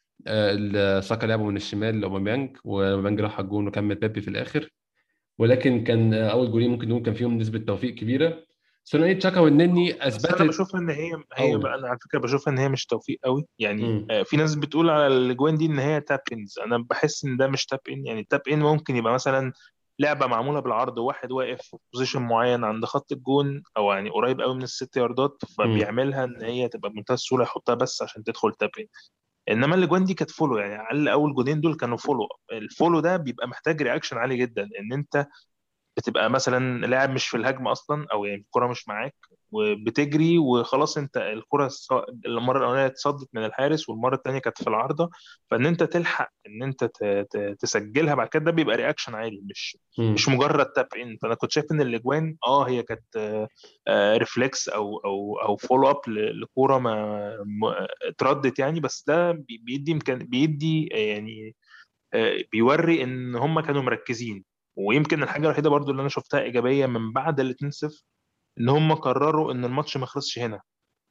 ساكا لعبه من الشمال لاوباميانج، واوباميانج راح على الجون وكمل بيبي في الاخر. ولكن كان اول جولين ممكن نقول كان فيهم نسبه توفيق كبيره. ثنائيه تشاكا والنني بس انا اثبتت. بشوف ان هي اول. بقى، انا على فكره بشوف ان هي مش توفيق قوي يعني. امم. في ناس بتقول على الاجوان دي ان هي تاب انز، انا بحس ان ده مش تاب ان. يعني تاب ان ممكن يبقى مثلا لعبه معموله بالعرض، واحد واقف في بوزيشن معين عند خط الجون او يعني قريب قوي من الست ياردات، امم. فبيعملها ان هي تبقى بمنتهى السهوله يحطها بس عشان تدخل تاب ان. انما الاجوان دي كانت فولو، يعني على الاقل اول جونين دول كانوا فولو. الفولو ده بيبقى محتاج رياكشن عالي جدا، ان انت بتبقى مثلا لاعب مش في الهجمه اصلا، او يعني الكره مش معاك وبتجري وخلاص، انت الكره المره الاولانيه اتصدت من الحارس والمره الثانيه كانت في العارضه، فان انت تلحق ان انت تسجلها بعد كده، ده بيبقى رياكشن عالي، مش امم. مجرد تاب ان. فانا كنت شايف ان الاجوان هي كانت ريفلكس او فولو اب لكوره ما اتردت يعني. بس ده بيدي بيدي يعني بيوري ان هم كانوا مركزين. ويمكن الحاجه الوحيده برضو اللي انا شفتها ايجابيه من بعد ال 2-0 ان هم قرروا ان الماتش ما يخلصش هنا.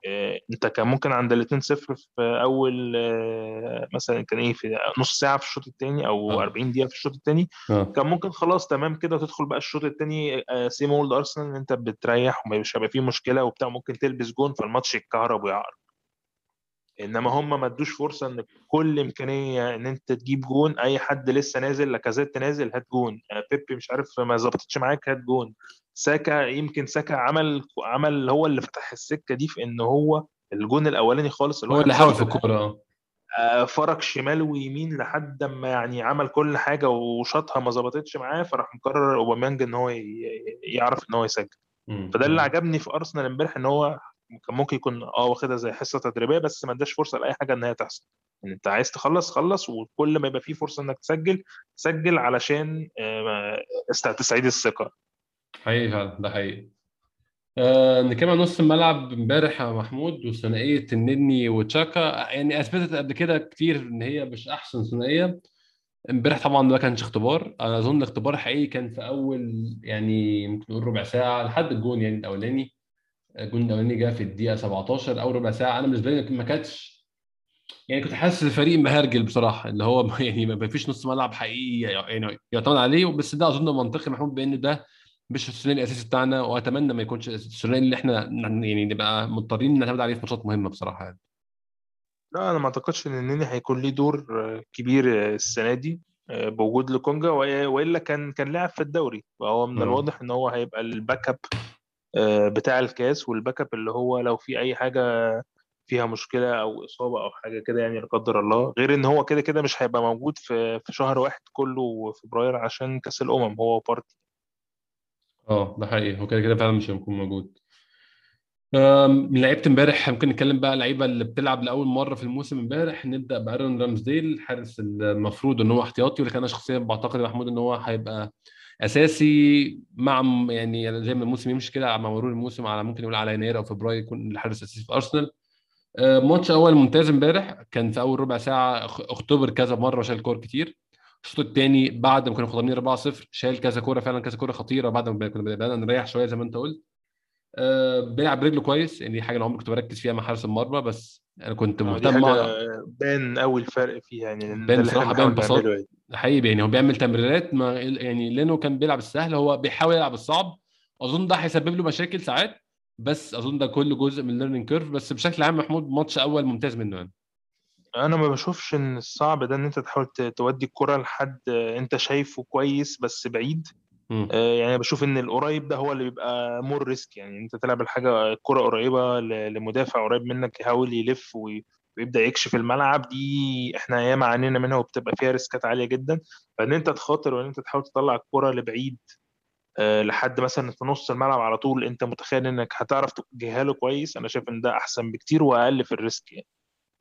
انت كان ممكن عند الاتنين صفر في اول مثلا كان ايه في نص ساعه في الشوط الثاني او اه 40 دقيقه في الشوط الثاني، اه كان ممكن خلاص تمام كده تدخل بقى الشوط الثاني سيم اولد ارسنال ان انت بتريح ومش هيبقى فيه مشكله وبتاع، ممكن تلبس جون فالماتش يتكهرب ويعرف. انما هم ما ادوش فرصه ان كل امكانيه ان انت تجيب جون، اي حد لسه نازل لاكازيت نازل هات جون، بيبي مش عارف ما ظبطتش معاك هات جون، ساكا يمكن ساكا عمل هو اللي فتح السكه دي في ان هو الجون الاولاني خالص اللي هو هو اللي حاول في هنساه ده، الكوره اه. فرق شمال ويمين لحد ما يعني عمل كل حاجه وشاطها ما ظبطتش معاه، فراح مقرر اوباميانج ان هو يعرف ان هو يسجل. فده اللي أمم. عجبني في ارسنال امبارح، ان هو كان ممكن يكون واخدها زي حصه تدريبيه بس ما اداش فرصه لاي حاجه ان هي تحصل. ان انت عايز تخلص خلص، وكل ما يبقى فيه فرصه انك تسجل سجل علشان تستعيد الثقه. حقيقي فعلا ده حقيقي. نتكلم عن نص الملعب امبارح يا محمود وثنائيه النني وتشاكا. يعني اثبتت قبل كده كتير ان هي مش احسن ثنائيه. امبارح طبعا ده كانش اختبار، انا اظن اختبار حقيقي كان في اول يعني ممكن نقول ربع ساعه لحد الجون يعني الاولاني. الجون الاولاني جه في الدقيقه 17 اول ربع ساعه، انا بالنسبه لي ما كانتش يعني كنت حاسس الفريق مهرجل بصراحه اللي هو يعني ما فيش نص ملعب حقيقي يعني يعتمد عليه. بس ده اظن منطقي محمود بان ده مش الثنائي الاساسي بتاعنا، واتمنى ما يكونش الثنائي اللي احنا يعني نبقى مضطرين نعتمد عليه في ماتشات مهمه بصراحه يعني. لا انا ما اعتقدش ان النني هيكون ليه دور كبير السنه دي بوجود لوكونجا، والا كان لاعب في الدوري، فهو من اه الواضح ان هو هيبقى الباك اب بتاع الكاس، والباك اب اللي هو لو في اي حاجه فيها مشكله او اصابه او حاجه كده يعني لا قدر الله، غير ان هو كده كده مش هيبقى موجود في شهر واحد كله فبراير عشان كاس الامم هو بارتي. اه ده حقيقي، هو كده كده فعلا مش هيكون موجود. من لعيبه امبارح ممكن نتكلم بقى اللعيبه اللي بتلعب لاول مره في الموسم امبارح. نبدا بارون رامسديل حارس المفروض ان هو احتياطي، ولكن انا شخصيا بعتقد يا محمود ان هو هيبقى اساسي مع يعني زي ما الموسم يمشي كده مع مرور الموسم على ممكن نقول على يناير او فبراير يكون الحارس الاساسي في ارسنال. ماتش اول ممتاز امبارح، كان في اول ربع ساعه اختبر كذا مره وشال كور كتير. الشوط الثاني بعد ما كنا خسرانين 4-0 شال كذا كوره فعلا كذا كوره خطيره بعد ما كنا بدانا نريح شويه زي ما انت قلت. بيلعب رجله كويس يعني دي حاجه انا عمري كنت بركز فيها مع حارس المرمى، بس انا كنت دي مهتم حاجه مع بان قوي الفرق فيها يعني، لأن ده بين اللي احنا بصراحه بين بنحاول نعمله بساط. يعني. حقيقي يعني هو بيعمل تمريرات ما يعني لانه كان بيلعب السهل هو بيحاول يلعب الصعب. اظن ده هيسبب له مشاكل ساعات، بس اظن ده كله جزء من الليرنينج كيرف. بس بشكل عام محمود ماتش اول ممتاز منه يعني. انا ما بشوفش ان الصعب ده ان انت تحاول تودي الكرة لحد انت شايفه كويس بس بعيد. مم. يعني بشوف ان القريب ده هو اللي بيبقى مور ريسك، يعني انت تلعب الحاجه الكره قريبه لمدافع قريب منك يحاول يلف ويبدا يكشف الملعب، دي احنا ياما عانينا منها وبتبقى فيها ريسكات عاليه جدا. فان انت تخاطر وان انت تحاول تطلع الكره لبعيد لحد مثلا في نص الملعب على طول انت متخيل انك هتعرف توجهها له كويس، انا شايف ان ده احسن بكتير واقل في الريسك يعني.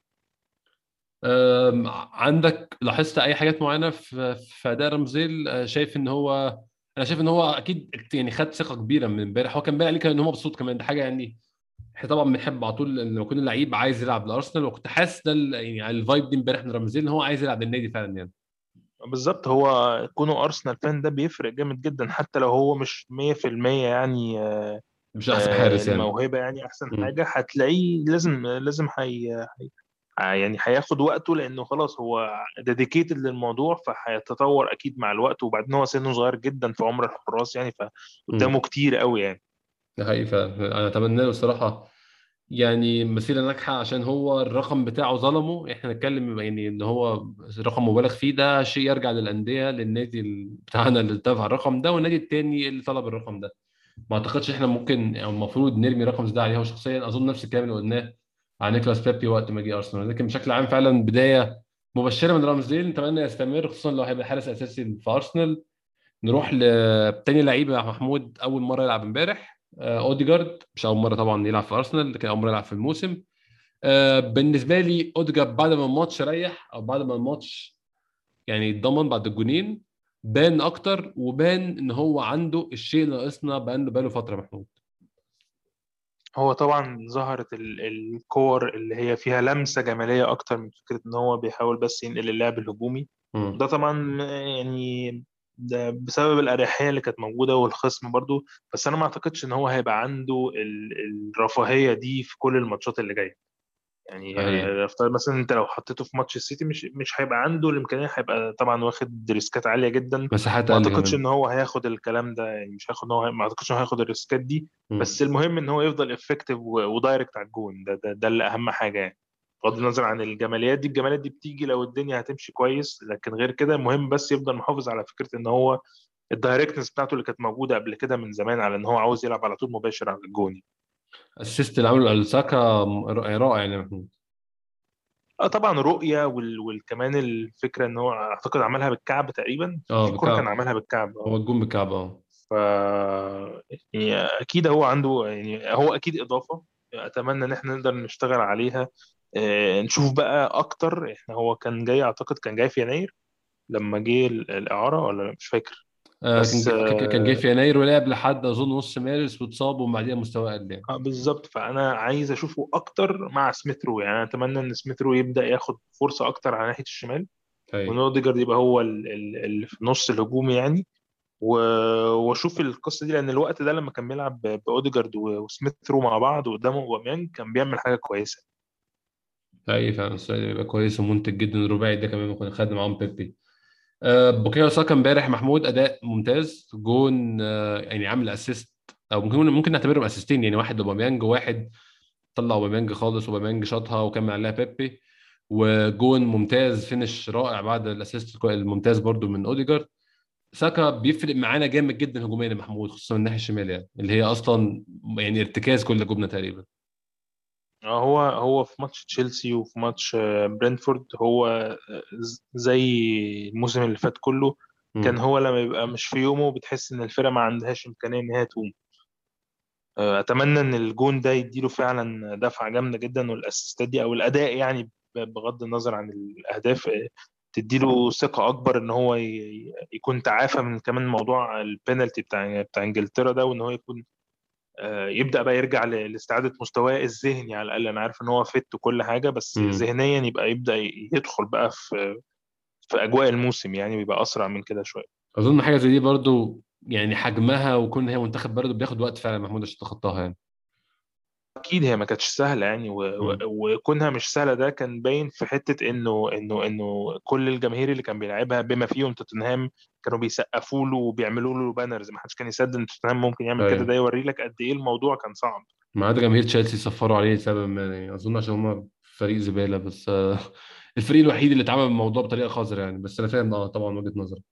عندك لاحظت اي حاجات معينه في اداء رمزيل؟ شايف ان هو انا شايف ان هو اكيد يعني خد ثقه كبيره من امبارح. هو كان باين عليه كان ان هو مبسوط كمان، ده حاجه يعني احنا طبعا بنحب على طول لما يكون اللعيب عايز يلعب لارسنال، وكنت حاسس ده يعني على الفايب دي امبارح من رمزيل ان هو عايز يلعب للنادي فعلا يعني. بالظبط، هو كونه ارسنال فان ده بيفرق جامد جدا، حتى لو هو مش 100% يعني مش احسن حارس يعني. الموهبة يعني أحسن مم. حاجة، هتلاقيه لازم يعني هياخد وقته لأنه خلاص هو ديديكيتد للموضوع، فهيتطور أكيد مع الوقت، وبعدين هو سنه صغير جدا في عمر الحراس يعني، مم. فقدامه كتير قوي يعني. ده حقيقي فعلا انا اتمنى له الصراحه يعني مسيره ناجحه، عشان هو الرقم بتاعه ظلمه. احنا نتكلم يعني ان هو رقم مبالغ فيه، ده شيء يرجع للانديه للنادي بتاعنا اللي دفع الرقم ده والنادي التاني اللي طلب الرقم ده. ما اعتقدش احنا ممكن او المفروض نرمي رقم زي ده عليه. هو شخصيا اظن نفس الكلام اللي قلناه على نيكلاس بيبي وقت ما جه ارسنال. لكن بشكل عام فعلا بدايه مبشره من رامزديل، نتمنى يستمر خصوصا لو هيبقى حارس اساسي في ارسنال. نروح لتاني لعيب يا محمود اول مره يلعب امبارح. اوديجارد مش اول مره طبعا يلعب في ارسنال، لكن اول مره يلعب في الموسم. بالنسبه لي اوديجارد بعد ما الماتش ريح او بعد ما الماتش يعني اتضمن بعد الجونين بان اكتر، وبان ان هو عنده الشيء اللي ناقصنا بقاله فتره محمود. هو طبعا ظهرت الكور اللي هي فيها لمسة جمالية أكتر من فكرة إن هو بيحاول بس ينقل اللعب الهجومي. مم. ده طبعا يعني ده بسبب الأريحية اللي كانت موجودة والخصم برضو. بس أنا ما أعتقدش إن هو هيبقى عنده الرفاهية دي في كل الماتشات اللي جاية. يعني صحيح. افترض مثلا أنت لو حطيته في ماتش السيتي، مش هيبقى عنده الإمكانية، هيبقى طبعا واخد ريسكات عالية جدا. مساحات ما اقل أعتقدش كمان. إن هو هياخد الكلام ده، يعني مش هياخد، هو ما أعتقدش إن هو هياخد الريسكات دي. مم. بس المهم إن هو يفضل افكتيف ودايركت على الجون، ده اللي أهم حاجة يعني. بغض النظر عن الجماليات دي، الجماليات دي بتيجي لو الدنيا هتمشي كويس، لكن غير كده المهم بس يفضل محافظ على فكرة ان هو الدايركتنس بتاعته اللي كانت موجودة قبل كده من زمان، على ان هو عاوز يلعب على طول مباشر على الجون. السيست اللي عمله الساكا رائع يعني يا محمود. اه طبعا رؤية والكمان الفكرة ان هو اعتقد عملها بالكعب تقريبا، اه في كرة كان بكعب. عملها بالكعب هو اه. الجون بكعب اه. ف يعني اكيد هو عنده، يعني هو اكيد اضافة. اتمنى ان احنا نقدر نشتغل عليها. نشوف بقى اكتر. احنا هو كان جاي، اعتقد كان جاي في يناير لما جه الإعارة، ولا مش فاكر. كان بس كان جاي في يناير ولعب لحد اظن نص مارس واتصاب وبعديها مستواه قل يعني. بالظبط. فانا عايز اشوفه اكتر مع سميث رو، يعني انا اتمنى ان سميث رو يبدا ياخد فرصه اكتر على ناحيه الشمال، وان ايوه. اوديجارد يبقى هو اللي في النص الهجومي يعني. واشوف القصه دي، لان الوقت ده لما كان بيلعب باوديجارد وسميث رو مع بعض وقدامه اوباميانج كان بيعمل حاجه كويسه. ايوه فعلا السؤال يبقى كويس ومنتج جدا. الرباعي ده كمان ممكن خد معاهم بيبي. بوكيو ساكا امبارح محمود اداء ممتاز. جون يعني عامل اسيست، او ممكن نعتبرهم اسيستين يعني. واحد اوباميانج، وواحد طلع اوباميانج خالص، اوباميانج شاطها وكمل عليها بيبي. وجون ممتاز، فينش رائع بعد الاسيست الممتاز برضو من اوديجارد. ساكا بيفرق معانا جامد جدا هجوميا يا محمود، خصوصا من الناحيه الشمال يعني، اللي هي اصلا يعني ارتكاز كل هجومنا تقريبا. هو في ماتش تشيلسي وفي ماتش برينتفورد، هو زي الموسم اللي فات كله، كان امم. هو لما يبقى مش في يومه بتحس ان الفرقه ما عندهاش امكانيه ان هي تقوم. اتمنى ان الجون ده يديله فعلا دفعه جامده جدا، والاسيستات دي او الاداء يعني، بغض النظر عن الاهداف، تديله ثقه اكبر ان هو يكون تعافى من كمان موضوع البينالتي بتاع انجلترا ده، وان هو يكون يبدا بقى يرجع لاستعاده مستواه الذهني على الاقل. انا عارف ان هو فت وكل حاجه، بس امم. ذهنيا يبقى يبدا يدخل بقى في اجواء الموسم يعني، ويبقى اسرع من كده شويه. اظن حاجه زي دي برضو يعني حجمها، وكون هي منتخب برضو بياخد وقت فعلا يا محمود عشان تخطاها يعني. اكيد هي ما كانتش سهله يعني، امم. وكونها مش سهله ده كان باين في حته انه كل الجماهير اللي كان بيلعبها بما فيهم توتنهام كانوا بيسقفوا له وبيعملوا له بانرز. ما حدش كان يصدق ان توتنهام ممكن يعمل كده. ده ايوه. يوري لك قد ايه الموضوع كان صعب. ما عدا جماهير تشيلسي صفروا عليه لسبب ما يعني، اظن عشان هم فريق زباله بس. الفريق الوحيد اللي اتعامل بالموضوع بطريقه قذره يعني. بس انا فاهم طبعا وجهه نظرك.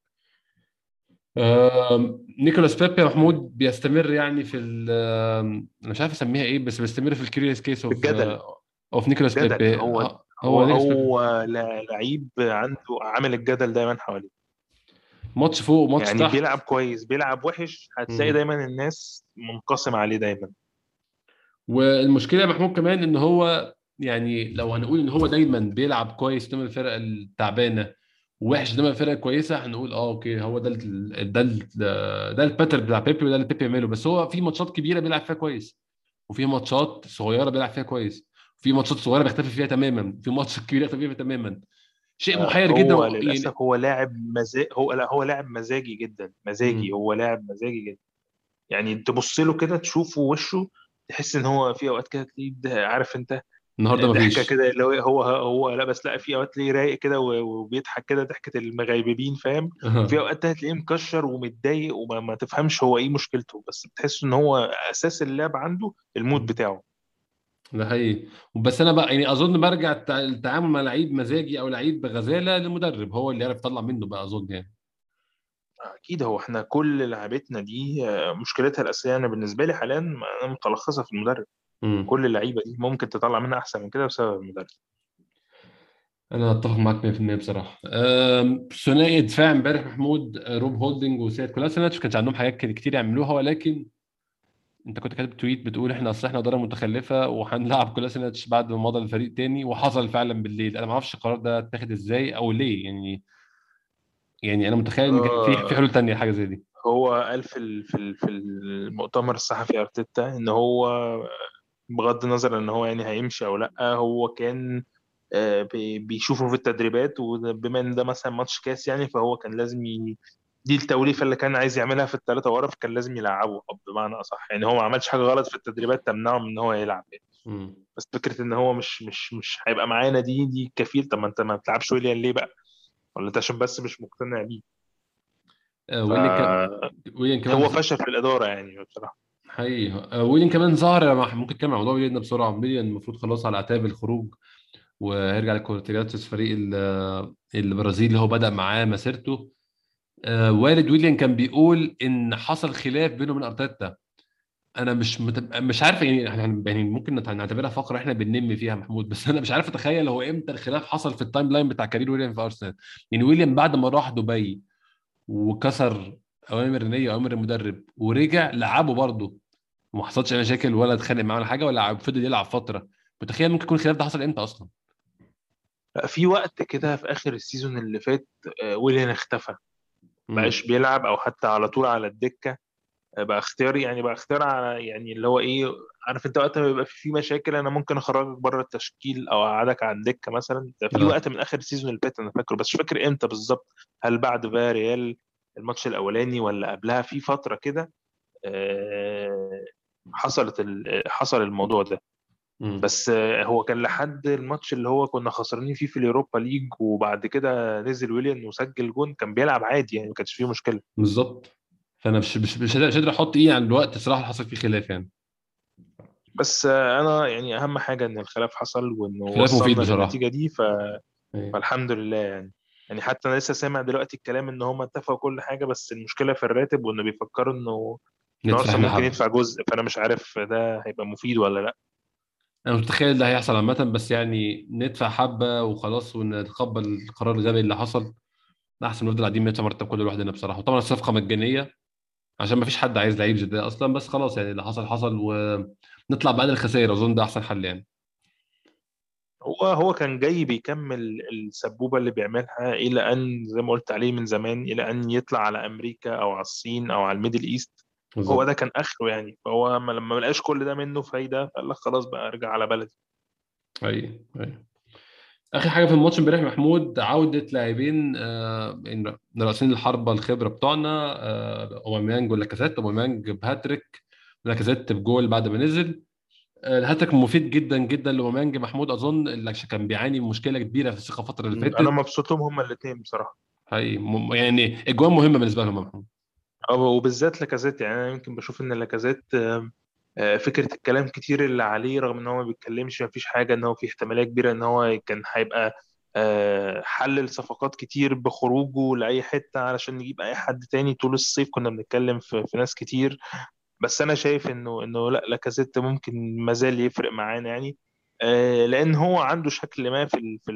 نيكولاس بيبي يا محمود بيستمر يعني في انا مش عارف اسميها ايه، بس بيستمر في الكيوريوس كيس اوف بالجدل. اوف نيكولاس جدل. بيبي. هو هو هو نيكولاس بيبي. هو لعيب عنده عامل الجدل دايما حواليه. ماتش فوق وماتش يعني تحت. بيلعب كويس بيلعب وحش، هتلاقي مم. دايما الناس منقسمة عليه دايما. والمشكله يا محمود كمان ان هو يعني لو هنقول ان هو دايما بيلعب كويس قدام الفرق التعبانه ووحش قدام الفرق الكويسه، هنقول اه اوكي هو ده الباترن بتاع بيبي، وده اللي بيبي يعمله. بس هو في ماتشات كبيره بيلعب فيها كويس، وفي ماتشات صغيره بيلعب فيها كويس، في ماتشات صغيره بيختفي فيها تماما، في ماتش كبير يختفي فيها تماما. شيء محير جدا هو يعني. للأسف هو لاعب مزاج. هو لا هو لاعب مزاجي جدا، مزاجي. مم. هو لاعب مزاجي جدا. يعني تبص له كده تشوفه وشه، تحس ان هو في اوقات كده تلاقيه عارف انت، النهارده ضحكه مفيش. كده اللي هو لا، بس لا، في اوقات تلاقيه رايق كده وبيضحك كده ضحكه المغيبين فاهم. وفي اوقات تانية تلاقيه مكشر ومتضايق وما ما تفهمش هو ايه مشكلته، بس بتحس ان هو اساس اللعب عنده المود بتاعه. ده حقيقي. بس انا بقى يعني اظن برجع التعامل مع لعيب مزاجي او لعيب بغزاله للمدرب، هو اللي يعرف يطلع منه بقى اظن يعني. اكيد هو احنا كل لعبتنا دي مشكلتها الاساسيه انا بالنسبه لي حاليا انا متلخصه في المدرب. امم. كل اللعيبه دي ممكن تطلع منها احسن من كده بسبب المدرب. انا اتفق معاك 100% بصراحه. ثنائي دفاع امبارح محمود، روب هولدنج وسيد كولاسينيتش ما كانش عندهم حاجات كتير يعملوها، ولكن انت كنت كاتب تويت بتقول احنا اصل احنا اداره متخلفه وهنلعب كولاسينيتش بعد ما مضى الفريق تاني، وحصل فعلا بالليل. انا ما اعرفش القرار ده اتاخد ازاي او ليه يعني. يعني انا متخيل ان في آه، حلول تانية حاجه زي دي. هو قال في المؤتمر الصحفي ارتيتا ان هو بغض النظر ان هو يعني هيمشي او لا، هو كان بيشوفه في التدريبات، وبما ان ده مثلا ماتش كاس يعني، فهو كان لازم دي التوليفه اللي كان عايز يعملها في الثلاثه ورا، فكان لازم يلعبه بمعنى اصح. يعني هو ما عملش حاجه غلط في التدريبات تمنعه من ان هو يلعب يعني. مم. بس فكره ان هو مش هيبقى معانا، دي كفيل. طب ما انت ما بتلعبش ويليان ليه بقى؟ ولا انت عشان بس مش مقتنع بيه؟ ويليان فهو ويليان كمان فشل في الاداره يعني بصراحه. حقيقي. ويليان كمان ظهر ممكن نتكلم عن موضوع ويليان ده بسرعه. ويليان المفروض خلاص على اعتاب الخروج، وهيرجع لكورتيجاتس فريق البرازيل اللي هو بدأ معاه مسيرته. والد ويليان كان بيقول ان حصل خلاف بينه وبين ارتيتا. انا مش عارف يعني يعني ممكن نعتبرها فقره احنا بننم فيها محمود، بس انا مش عارف اتخيل هو امتى الخلاف حصل في التايم لاين بتاع كارير ويليام في ارسنال. يعني ويليام بعد ما راح دبي وكسر اوامر النيه واوامر المدرب ورجع لعبه برضه، وما حصلش اي مشاكل ولا اتخانق معاه ولا حاجه، ولا فضل يلعب فتره. متخيل ممكن يكون الخلاف ده حصل امتى اصلا؟ في وقت كده في اخر السيزون اللي فات ويليان اختفى، امم بقاش بيلعب او حتى على طول على الدكه. بقى اختياري يعني، بقى اختيار على يعني اللي هو ايه. عارف انت وقت ما بيبقى في مشاكل انا ممكن اخرجك بره التشكيل او اقعدك على الدكه مثلا. ده في اه وقت من اخر السيزون اللي فات انا فاكره، بس مش فاكر امتى بالظبط. هل بعد بقى ريال الماتش الاولاني ولا قبلها في فتره كده؟ آه، حصل الموضوع ده. امم بس هو كان لحد الماتش اللي هو كنا خسرانين فيه في اليوروبا ليج، وبعد كده نزل ويليان وسجل جون، كان بيلعب عادي يعني، ما كانش فيه مشكله. بالظبط. فانا مش قادر احط ايه عن الوقت صراحه اللي حصل فيه خلاف يعني. بس انا يعني اهم حاجه ان الخلاف حصل وانه خلاف مفيد وصلنا بصراحه. للنتيجه دي أيوة. فالحمد لله يعني. يعني حتى انا لسه سامع دلوقتي الكلام ان هم اتفقوا كل حاجه، بس المشكله في الراتب، وانه بيفكروا انه ندفع ارسنال احنا ممكن حبه. يدفع جزء. فانا مش عارف ده هيبقى مفيد ولا لا. انا مش متخيل ده هيحصل عامه، بس يعني ندفع حبه وخلاص ونتقبل القرار الغبي اللي حصل. احسن نفضل قاعدين ندفع مرتب كل لوحدنا بصراحه. وطبعا الصفقه مجانيه عشان ما فيش حد عايز لعيب زي ده اصلا، بس خلاص يعني اللي حصل حصل، ونطلع بعد الخسائر. اظن ده احسن حل يعني. هو كان جاي بيكمل السبوبه اللي بيعملها، الى ان زي ما قلت عليه من زمان، الى ان يطلع على امريكا او على الصين او على الميدل ايست. هو ده بالظبط. كان اخره يعني. فهو لما ما لقاش كل ده منه فايده، فقال لك خلاص بقى ارجع على بلدي. اي اي. اخر حاجه في الماتش امبارح محمود، عوده لاعبين من راسين الحربه الخبره بتوعنا، اوباميانج ولاكازيت. اوباميانج بهاتريك، ولاكازيت بجول بعد ما نزل. الهاتريك مفيد جدا جدا لاوباميانج محمود. اظن اللي كان بيعاني من مشكله كبيره في الثقه الفتره اللي انا فاتت. مبسوط لهم هما الاثنين بصراحه. هي يعني اجوان مهمه بالنسبه لهم يا محمود. وبالذات لاكازيت. يعني انا يمكن بشوف ان لاكازيت فكره الكلام كتير اللي عليه، رغم ان هو ما بيتكلمش، ما فيش حاجه، ان هو في احتماليه كبيره ان هو كان هيبقى حلل صفقات كتير بخروجه لاي حته علشان نجيب اي حد تاني. طول الصيف كنا بنتكلم في ناس كتير. بس انا شايف انه لا، لاكازيت ممكن مازال يفرق معانا يعني. لان هو عنده شكل ما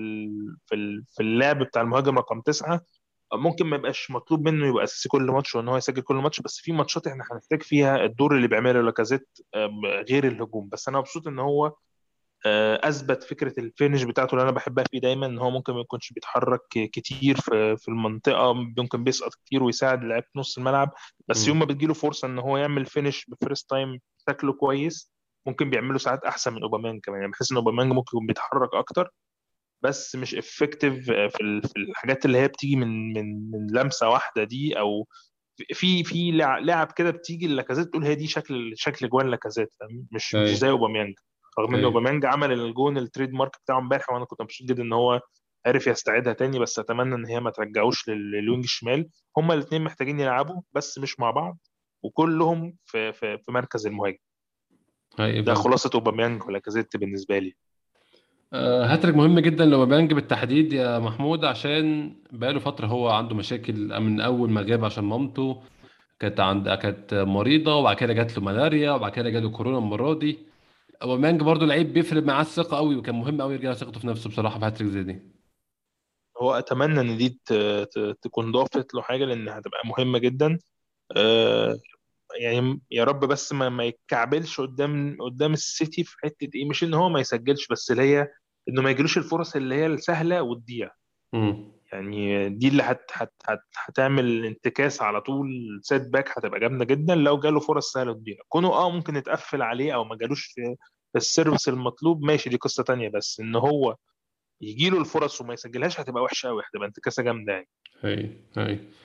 في اللعب بتاع المهاجم رقم تسعة. ممكن ما يبقاش مطلوب منه يبقى اساسي كل ماتش وان هو يسجل كل ماتش، بس في ماتشات احنا هنحتاج فيها الدور اللي بيعمله لاكازيت غير الهجوم. بس انا مبسوط ان هو اثبت فكره الفينش بتاعته اللي انا بحبها فيه دايما، ان هو ممكن ما يكونش بيتحرك كتير في المنطقه، ممكن بيسقط كتير ويساعد لعيبه نص الملعب. بس يوم مم. ما بتجيله فرصه ان هو يعمل فينش بفيرست تايم شكله كويس، ممكن بيعمله ساعات احسن من اوباميانج كمان. يعني بحس ان اوباميانج ممكن يكون بيتحرك اكتر، بس مش افكتيف في الحاجات اللي هي بتيجي من لمسه واحده دي، او في لعب كده بتيجي لاكازيت تقول هي دي شكل جوان لاكازيت، فاهم؟ مش زي اي اوباميانج. رغم ان اي. اوباميانج عمل الجون التريد مارك بتاعه امبارح، وانا كنت مبسوط جدا ان هو عرف يستعيدها تاني. بس اتمنى ان هي ما ترجعوش للوينج الشمال. هما الاثنين محتاجين يلعبوا بس مش مع بعض، وكلهم في مركز المهاجم. اي ده فاهم. خلاصه اوباميانج ولاكازيت بالنسبه لي. هاتريك مهم جدا لأوباميانج بالتحديد يا محمود، عشان بقاله فترة هو عنده مشاكل من أول ما غاب عشان مامته كانت مريضة، وبعد كده جات له ملاريا، وبعد كده جاله كورونا المرة دي. أوباميانج برضو لعيب بيفرق معاه الثقة قوي، وكان مهم قوي يرجع ثقته في نفسه بصراحة في هاتريك زي دي. هو اتمنى ان دي تكون ضافت له حاجه، لان هتبقى مهمه جدا. آه، يعني يا رب بس ما يتكعبلش قدام السيتي في حته ايه، مش ان هو ما يسجلش، بس اللي هي انه ما يجيلوش الفرص اللي هي السهله وتضيع. امم يعني دي اللي هتعمل انتكاس على طول. سيت باك هتبقى جامده جدا لو جاله فرص سهله تضيع. كونه ممكن يتقفل عليه او ما جالوش في السيرفس المطلوب، ماشي، دي قصه تانية. بس ان هو يجيله الفرص وما يسجلهاش هتبقى وحشه قوي، هتبقى انتكاسه جامده يعني. هي هي.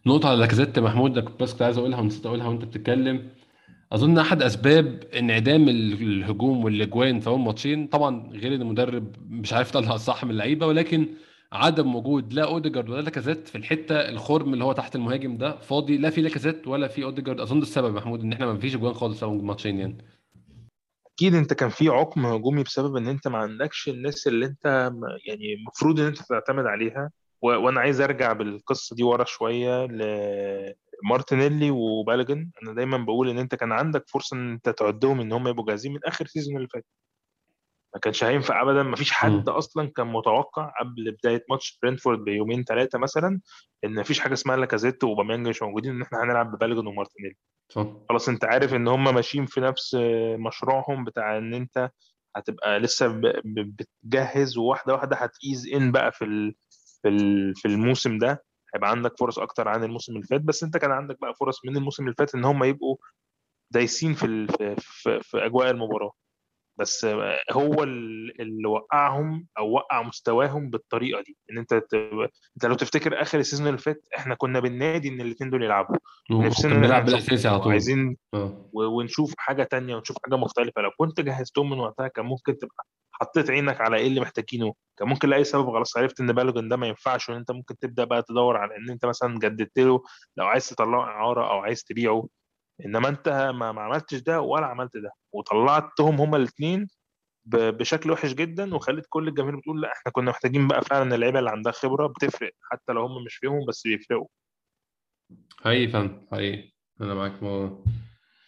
نقطة على لاكازيت محمود، ده كنت بس كنت عايز اقولها ونسيت اقولها وانت بتتكلم. اظن احد اسباب انعدام الهجوم والاجوان في اول ماتشين، طبعا غير ان المدرب مش عارف يطلع الصح من اللعيبه، ولكن عدم وجود لا اوديجارد ولا لاكازيت في الحته الخرم اللي هو تحت المهاجم ده فاضي، لا في لاكازيت ولا في اوديجارد. اظن ده السبب يا محمود ان احنا ما فيش اجوان خالص اول ماتشين يعني. اكيد انت كان في عقم هجومي بسبب ان انت ما عندكش الناس اللي انت يعني المفروض ان انت تعتمد عليها. وانا عايز ارجع بالقصه دي ورا شويه لمارتينيلي وبالجن. انا دايما بقول ان انت كان عندك فرصه ان انت تعدهم ان هم يبقوا جاهزين من اخر سيزون اللي فات. ما كانش هينفع ابدا. ما فيش حد امم. اصلا كان متوقع قبل بدايه ماتش برينفورد بيومين ثلاثه مثلا ان ما فيش حاجه اسمها لاكازيت وباميانج مش موجودين، ان احنا هنلعب ببالجن ومارتينيلي. صح. خلاص انت عارف ان هم ماشيين في نفس مشروعهم بتاع ان انت هتبقى لسه بتجهز، وواحده واحده هتيز ان بقى في الموسم ده. هيبقى عندك فرص اكتر عن الموسم اللي فات، بس انت كان عندك بقى فرص من الموسم اللي فات ان هم يبقوا دايسين في اجواء المباراه. بس هو اللي وقعهم او وقع مستواهم بالطريقه دي. ان انت لو تفتكر اخر السيزون اللي فات احنا كنا بالنادي ان الاثنين دول يلعبوا، وكان ونفسنا ان احنا بيلعب نشوفهم بالاساسي على طول. وعايزين اه. ونشوف حاجة تانية ونشوف حاجة مختلفة. لو كنت جهزتهم من وقتها كان ممكن تبقى حطيت عينك على ايه اللي محتاجينه. كان ممكن لأي سبب خلاص عرفت ان بالوجن ده ما ينفعش، وان انت ممكن تبدأ بقى تدور على ان انت مثلا جددت له لو عايز تطلعه إعارة او عايز تبيعه. انما انت ما عملتش ده ولا عملت ده، وطلعتهم هما الاثنين بشكل وحش جدا، وخلت كل الجماهير بتقول لا احنا كنا محتاجين بقى فعلا اللعيبه اللي عندها خبره بتفرق حتى لو هم مش فيهم بس بيفرقوا. حقيقي فاهم حقيقي. انا معاك في الموضوع ده.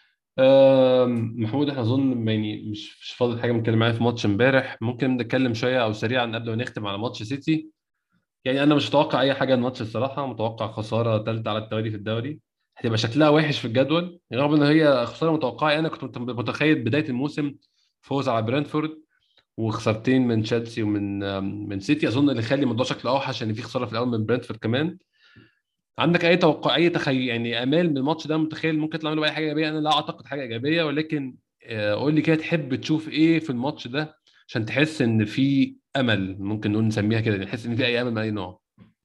محمود احنا اظن يعني مش فاضل حاجه نتكلم معايا في ماتش امبارح. ممكن نتكلم شويه او سريعا قبل ما نختم على ماتش سيتي. يعني انا مش متوقع اي حاجه الماتش الصراحه، متوقع خساره ثالثه على التوالي في الدوري. هتبقى شكلها وحش في الجدول رغم ان هي خساره متوقعه. انا كنت متخيل بدايه الموسم فوز على برنتفورد وخسارتين من تشيلسي ومن من سيتي. اظن اللي يخلي الموضوع شكله اوحش ان في خساره في الاول من برنتفورد كمان. عندك اي توقع اي تخيل يعني امال من الماتش ده؟ متخيل ممكن يطلع منه اي حاجه ايجابيه؟ انا لا اعتقد حاجه ايجابيه، ولكن قول لي كده تحب تشوف ايه في الماتش ده عشان تحس ان في امل، ممكن نقول نسميها كده، نحس ان في اي امل من اي نوع.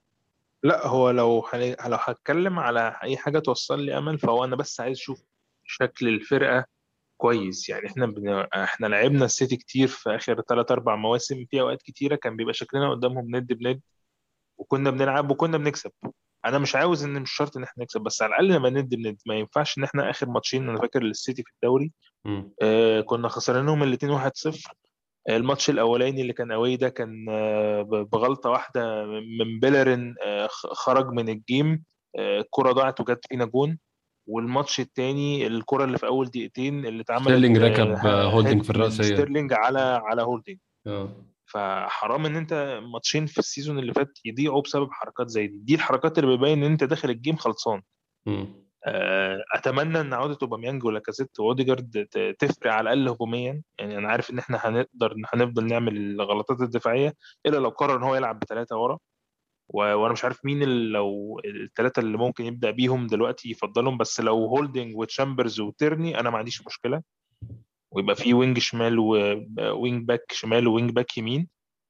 لا هو لو هتكلم على اي حاجه توصل لي امل، فهو انا بس عايز اشوف شكل الفرقه كويس. يعني احنا لعبنا السيتي كتير في اخر 3 4 مواسم، في اوقات كتيره كان بيبقى شكلنا قدامهم ند بند، وكنا بنلعب وكنا بنكسب. انا مش عاوز ان مش شرط ان احنا نكسب، بس على الاقل نبقى ند بند. ما ينفعش ان احنا اخر ماتشين انا فاكر للسيتي في الدوري مم. كنا خسرانهم الاثنين 1-0. الماتش الاولاني اللي كان اوي ده كان بغلطه واحده من بيلرين خرج من الجيم. الكره ضاعت وجت فينا جون. والماتش التاني الكره اللي في اول دقيقتين اللي اتعملت ستيرلينج ركب هولدنج هيد في من الرأسية. ستيرلينج على هولدنج. اه. فحرام ان انت ماتشين في السيزون اللي فات يضيعوا بسبب حركات زي دي الحركات اللي بيبين ان انت داخل الجيم خلصان. مم. اتمنى ان عوده اوباميانج ولاكازيت واوديجارد تفرق على الاقل هجوميا. يعني انا عارف ان احنا هنفضل نعمل الغلطات الدفاعيه الا لو قرر ان هو يلعب بثلاثه ورا. وانا مش عارف مين لو الثلاثه اللي ممكن يبدا بيهم دلوقتي يفضلهم، بس لو هولدنج وتشامبرز وتيرني انا ما عنديش مشكله. ويبقى في وينج شمال ووينج باك شمال ووينج باك يمين.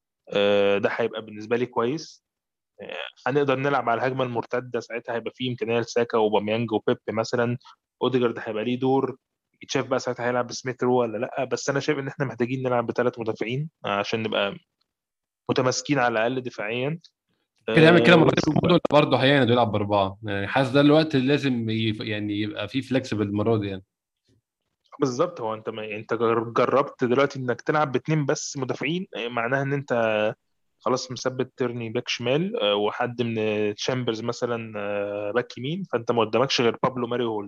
ده هيبقى بالنسبه لي كويس. هنقدر نلعب على الهجمه المرتده. ساعتها هيبقى في امكانيه لساكا وباميانج وبيب مثلا. اوديجارد هيبقى ليه دور. يتشاف بقى ساعتها هيلعب بسميث رو ولا لا. بس انا شايف ان احنا محتاجين نلعب بثلاث مدافعين عشان نبقى متماسكين على الاقل دفاعيا. كده يعمل كده مرة ونشوف برضه، بقى. برضه هيعند ويلعب بأربعة يعني. حاسس ده الوقت اللي لازم يعني يبقى فيه فليكسبل المرة دي يعني. بالظبط. هو انت ما انت جربت دلوقتي انك تلعب باتنين بس مدافعين، معناها ان انت خلاص مثبت تيرني باك شمال وحد من تشامبرز مثلا باك يمين، فانت ما قدامكش غير بابلو ماري هول.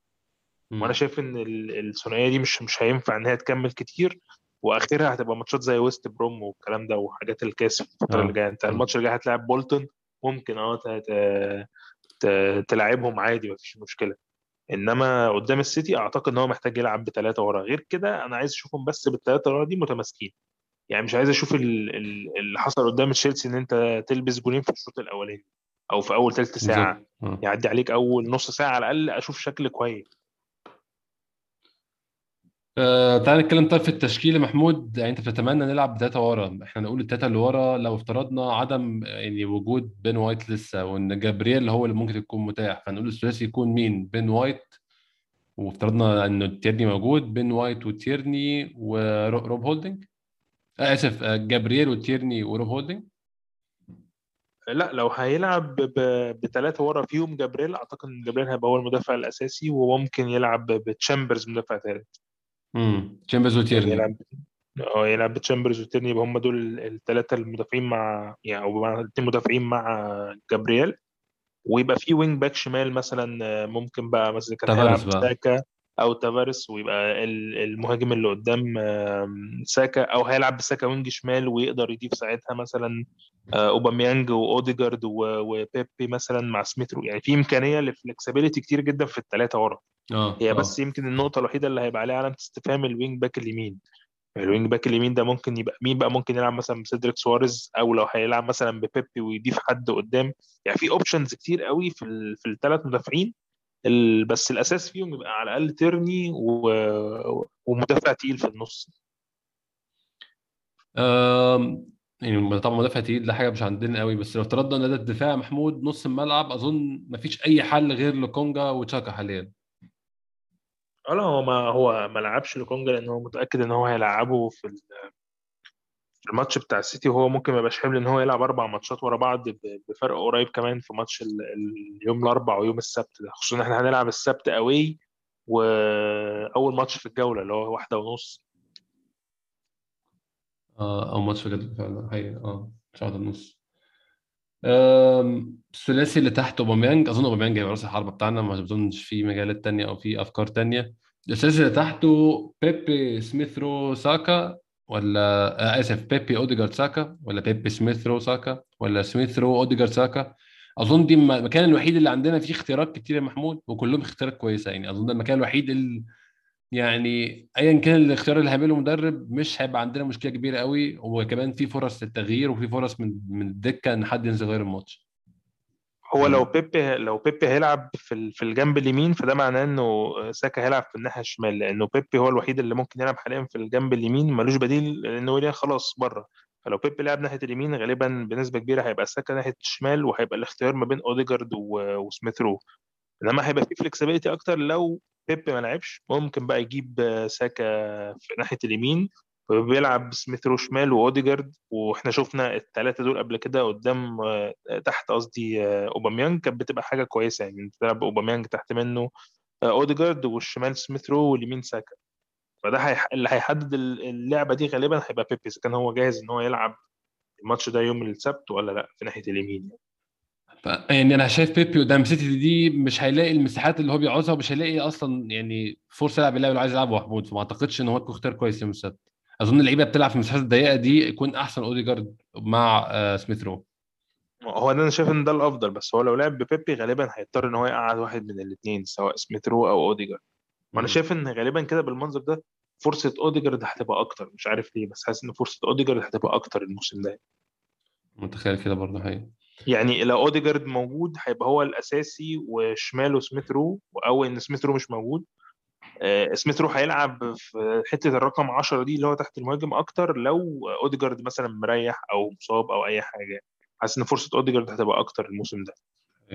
وانا مم. شايف ان الثنائيه دي مش هينفع ان هي تكمل كتير. واخرها هتبقى ماتشات زي ويست بروم والكلام ده وحاجات الكاس في الفتره اللي اه. جايه. انت اه. الماتش اللي جاي هتلاعب بولتون. ممكن تلعبهم عادي مفيش مشكله. انما قدام السيتي اعتقد ان هو محتاج يلعب بثلاثه ورا. غير كده انا عايز اشوفهم بس بالثلاثه ورا دي متماسكين. يعني مش عايز اشوف اللي حصل قدام تشيلسي ان انت تلبس جولين في الشوط الاولاني او في اول ثلث ساعه. بالظبط. اه. يعدي عليك اول نص ساعه على الاقل اشوف شكل كويس. تعال نتكلم طيب في التشكيل يا محمود. يعني انت بتتمنى نلعب بثلاثة ورا، احنا نقول الثلاثة اللي ورا لو افترضنا عدم يعني وجود بين وايت لسه، وان جابرييل هو اللي ممكن يكون متاح، فنقول الثلاثي يكون مين؟ بين وايت، وافترضنا ان تيرني موجود، بين وايت وتيرني وروب هولدنج. اسف، جابرييل وتيرني وروب هولدنج. لا، لو هيلعب بثلاثة ورا فيهم جابريل، أعتقد إن جابريل هيبقى هو المدافع الأساسي، وممكن يلعب بتشامبرز مدافع ثالث. تشامبرز يعني وتيرني. يلعب بتشامبرز وتيرني، يبقى هم دول الثلاثة المدافعين مع، يعني أو بمعنى الاثنين مدافعين مع جابرييل. ويبقى في وينج باك شمال مثلا، ممكن بقى مثلا كان تافارس هيلعب بقى. ساكا او تافاريس، ويبقى المهاجم اللي قدام ساكا، او هيلعب بساكا وينج شمال ويقدر يضيف ساعتها مثلا اوباميانج واوديجارد وبيبي مثلا مع سميث رو. يعني في امكانيه لفلكسبيليتي كتير جدا في الثلاثه ورا. اه هي بس اه. يمكن النقطه الوحيده اللي هيبقى عليها علامه استفهام الوينج باك اليمين. الوينج باك اليمين ده ممكن يبقى مين بقى؟ ممكن يلعب مثلا بسيدريك سواريز، او لو هيلعب مثلا ببيبي ويضيف حد قدام. يعني في اوبشنز كتير قوي في الثلاث مدافعين. بس الاساس فيهم يبقى على الاقل تيرني ومدافع تقيل في النص. يعني طبعا مدافع تقيل ده حاجه مش عندنا قوي، بس لو افترضنا ان ده الدفاع محمود، نص الملعب اظن مفيش اي حل غير لوكونجا وتشاكا حاليا. اه لا، هو ما لعبش لكونجا لان هو متاكد ان هو هيلعبه في الماتش بتاع السيتي، وهو ممكن ما يبقاش حمل ان هو يلعب 4 ماتشات ورا بعض بفرق قريب كمان في ماتش اليوم الاربعاء ويوم السبت ده، خصوصا ان احنا هنلعب السبت قوي، واول ماتش في الجوله اللي هو 1:30. او ماتش بجد فعلا حقيقة، شهر ونص. الثلاثي اللي تحت اوباميانج، اظن اوباميانج هيبقى راس الحربه بتاعنا، ما اظنش في مجالات تانية او في افكار تانية. الثلاثي اللي تحته بيبي سميث رو ساكا، ولا اسف بيبي اوديجارد ساكا، ولا بيبي سميث رو ساكا، ولا سميث رو اوديجارد ساكا. اظن دي المكان الوحيد اللي عندنا فيه اختيارات كتير يا محمود، وكلهم اختيارات كويسه. يعني اظن ده المكان الوحيد اللي يعني ايا كان الاختيار اللي هيعمله مدرب مش هيبقى عندنا مشكله كبيره قوي، وكمان في فرص للتغيير وفي فرص من الدكه ان حد ينزل غير الماتش. هو أظن. لو بيبي هيلعب في الجنب اليمين، فده معناه انه ساكا هيلعب في الناحيه الشمال، لانه بيبي هو الوحيد اللي ممكن يلعب حاليا في الجنب اليمين، ملوش بديل لانه ويليان خلاص بره. فلو بيبي لعب ناحيه اليمين، غالبا بنسبه كبيره هيبقى ساكا ناحيه الشمال، وهيبقى الاختيار ما بين اوديجارد وسميث رو. انما هيبقى فيه فلكسبيليتي اكتر لو بيبي ما لعبش، ممكن بقى يجيب ساكا في ناحيه اليمين، وبيلعب سميث رو شمال واوديجارد. واحنا شفنا الثلاثه دول قبل كده قدام، تحت قصدي اوباميانج، كانت بتبقى حاجه كويسه. يعني انت تلعب اوباميانج تحت منه اوديجارد، والشمال سميث رو واليمين ساكا. فده اللي هيحدد اللعبه دي غالبا هيبقى بيبي، اذا كان هو جاهز ان هو يلعب الماتش ده يوم السبت ولا لا في ناحيه اليمين يعني. يعني انا شايف بيبي قدام سيتي دي مش هيلاقي المساحات اللي هو بيعوزها، ومش هيلاقي اصلا يعني فرصه يلعب اللعب اللي عايز يلعبه محمود، فما اعتقدش ان هو يكون اختيار كويس يوم السبت. اظن اللعيبه بتلعب في المساحات الضيقه دي يكون احسن اوديجارد مع سميث رو. هو ده انا شايف ان ده الافضل، بس هو لو لعب ببيبي غالبا هيضطر ان هو يقعد واحد من الاثنين، سواء سميث رو او اوديجارد. وانا مم. شايف ان غالبا كده بالمنظر ده فرصه اوديجارد هتبقى اكتر، مش عارف ليه، بس حاسس ان فرصه اوديجارد هتبقى اكتر الموسم ده. متخيل كده برضه حقيقي. يعني لو اوديجارد موجود هيبقى هو الاساسي، وشماله سميث رو، او ان سميث رو مش موجود. سميث رو هيلعب في حته الرقم 10 دي اللي هو تحت المهاجم اكتر، لو اوديجارد مثلا مريح او مصاب او اي حاجه. حاسس ان فرصه اوديجارد هتبقى اكتر الموسم ده.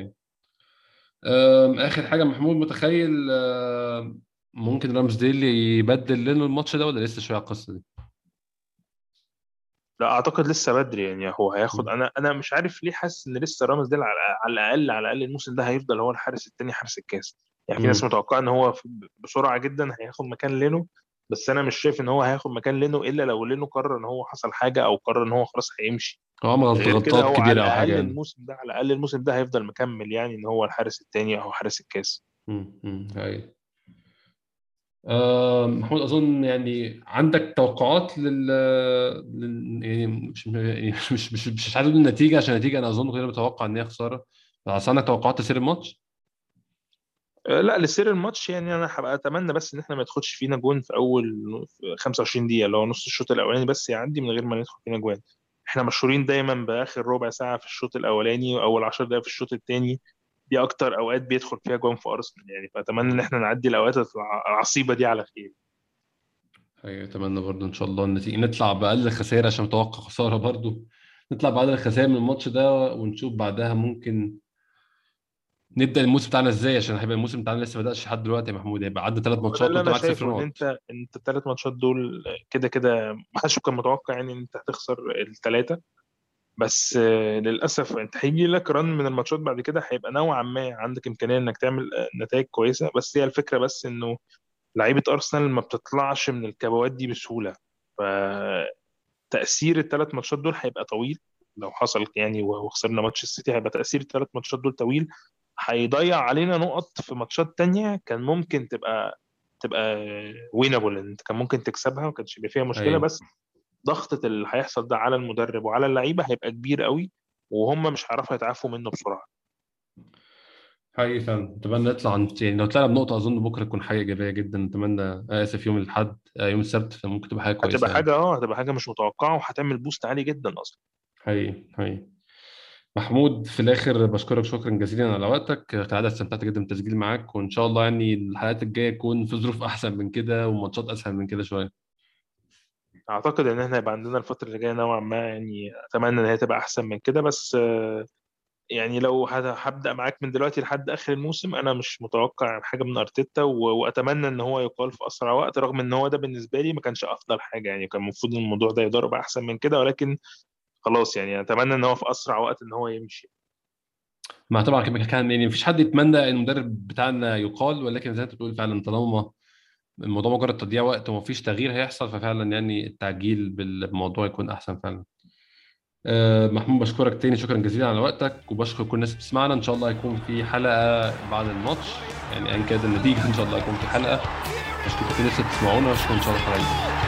اخر حاجه محمود، متخيل ممكن رامسديل يبدل لنا الماتش ده، ولا لسه شويه على القصه دي؟ لا اعتقد لسه بدري، يعني هو هياخد، مم. انا مش عارف ليه حاسس ان لسه رامز ده على الاقل الموسم ده هيفضل هو الحارس الثاني، حارس الكاس. يعني في ناس مم. متوقعه ان هو بسرعه جدا هياخد مكان لينو. بس انا مش شايف ان هو هياخد مكان لينو الا لو لينو قرر ان هو حصل حاجه، او قرر ان هو خلاص هيمشي. هو عمل غير كده غلطات هو كبيره او حاجه يعني. على الاقل الموسم ده هيفضل مكمل، يعني ان هو الحارس الثاني او حارس الكاس. هاي. محمود اظن يعني عندك توقعات يعني يعني مش عايز اقول النتيجه، عشان النتيجه انا اظن كلنا متوقع ان هي خساره، بس عندك توقعات تسير الماتش؟ لا، لسير الماتش يعني انا هبقى اتمنى بس ان احنا ما يدخلش فينا جون في اول 25 دقيقه، اللي هو نص الشوط الاولاني بس يعدي من غير ما ندخل فينا جوان. احنا مشهورين دايما باخر ربع ساعه في الشوط الاولاني واول 10 دقائق في الشوط الثاني. دي اكتر اوقات بيدخل فيها جوان في ارسنال يعني، فاتمنى ان احنا نعدي الاوقات العصيبه دي على خير. اتمنى برضو ان شاء الله النتيجه نطلع باقل خسائر، عشان متوقع خساره برضو. نطلع باقل خسائر من الماتش ده، ونشوف بعدها ممكن نبدا الموسم بتاعنا ازاي، عشان هيبقى الموسم بتاعنا لسه ما بداش لحد دلوقتي يا محمود. هيبقى عدى 3 ماتشات وده اللي وانت انا معاك صفر شايفه، ان نقط انت الثلاث ماتشات دول كده كده ما حدش كان متوقع يعني ان انت هتخسر الثلاثه. بس للاسف انت هيجي لك رن من الماتشات بعد كده هيبقى نوعا ما عندك امكانيه انك تعمل نتائج كويسه. بس هي الفكره بس انه لعيبه ارسنال ما بتطلعش من الكبوات دي بسهوله. فتاثير الثلاث ماتشات دول هيبقى طويل. لو حصل يعني وخسرنا ماتش السيتي، هيبقى تاثير الثلاث ماتشات دول طويل. هيضيع علينا نقط في ماتشات تانية كان ممكن تبقى وينابل، انت كان ممكن تكسبها وما كانش يبقى فيها مشكله. ايوه بس ضغطة اللي هيحصل ده على المدرب وعلى اللعيبة هيبقى كبير قوي، وهم مش هيعرفوا يتعافوا منه بسرعة. حقيقي فعلا. اتمنى نطلع يعني لو طلعنا بنقطه اظن بكره تكون حاجه ايجابيه جدا. اتمنى اسف يوم الاحد يوم السبت ممكن تبقى حاجه كويسه يعني. هتبقى حاجة مش متوقعة، وهتعمل بوست عالي جدا أصلا. حقيقي. محمود في الاخر بشكرك شكرا جزيلا على وقتك، كالعاده استمتعت جدا بالتسجيل معاك، وان شاء الله يعني الحلقات الجايه تكون في ظروف احسن من كده وماتشات اسهل من كده شويه. أعتقد إن إحنا هيبقى عندنا الفترة اللي جاية نوعا ما، يعني أتمنى إن هي تبقى أحسن من كده. بس يعني لو هبدأ معاك من دلوقتي لحد آخر الموسم، أنا مش متوقع حاجة من أرتيتا، وأتمنى إن هو يقال في أسرع وقت، رغم إن هو ده بالنسبة لي ما كانش أفضل حاجة. يعني كان المفروض إن الموضوع ده يدار بأحسن من كده، ولكن خلاص يعني أتمنى إن هو في أسرع وقت إن هو يمشي. مع طبعا كما كان يعني مفيش حد يتمنى ان المدرب بتاعنا يقال، ولكن زي ما انت بتقول فعلا طالما الموضوع مجرد تضييع وقت ومفيش تغيير هيحصل، ففعلا يعني التعجيل بالموضوع يكون احسن فعلا. محمود بشكرك تاني شكرا جزيلا على وقتك، وبشكر كل الناس اللي بتسمعنا. ان شاء الله هيكون في حلقه بعد الماتش، يعني ان كانت النتيجه ان شاء الله هيكون في حلقه. بشكركم كل الناس اللي بتسمعونا، واشوفكم ان شاء الله الحلقه الجايه.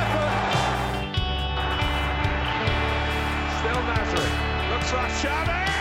Still Nasri. Looks like Xavi.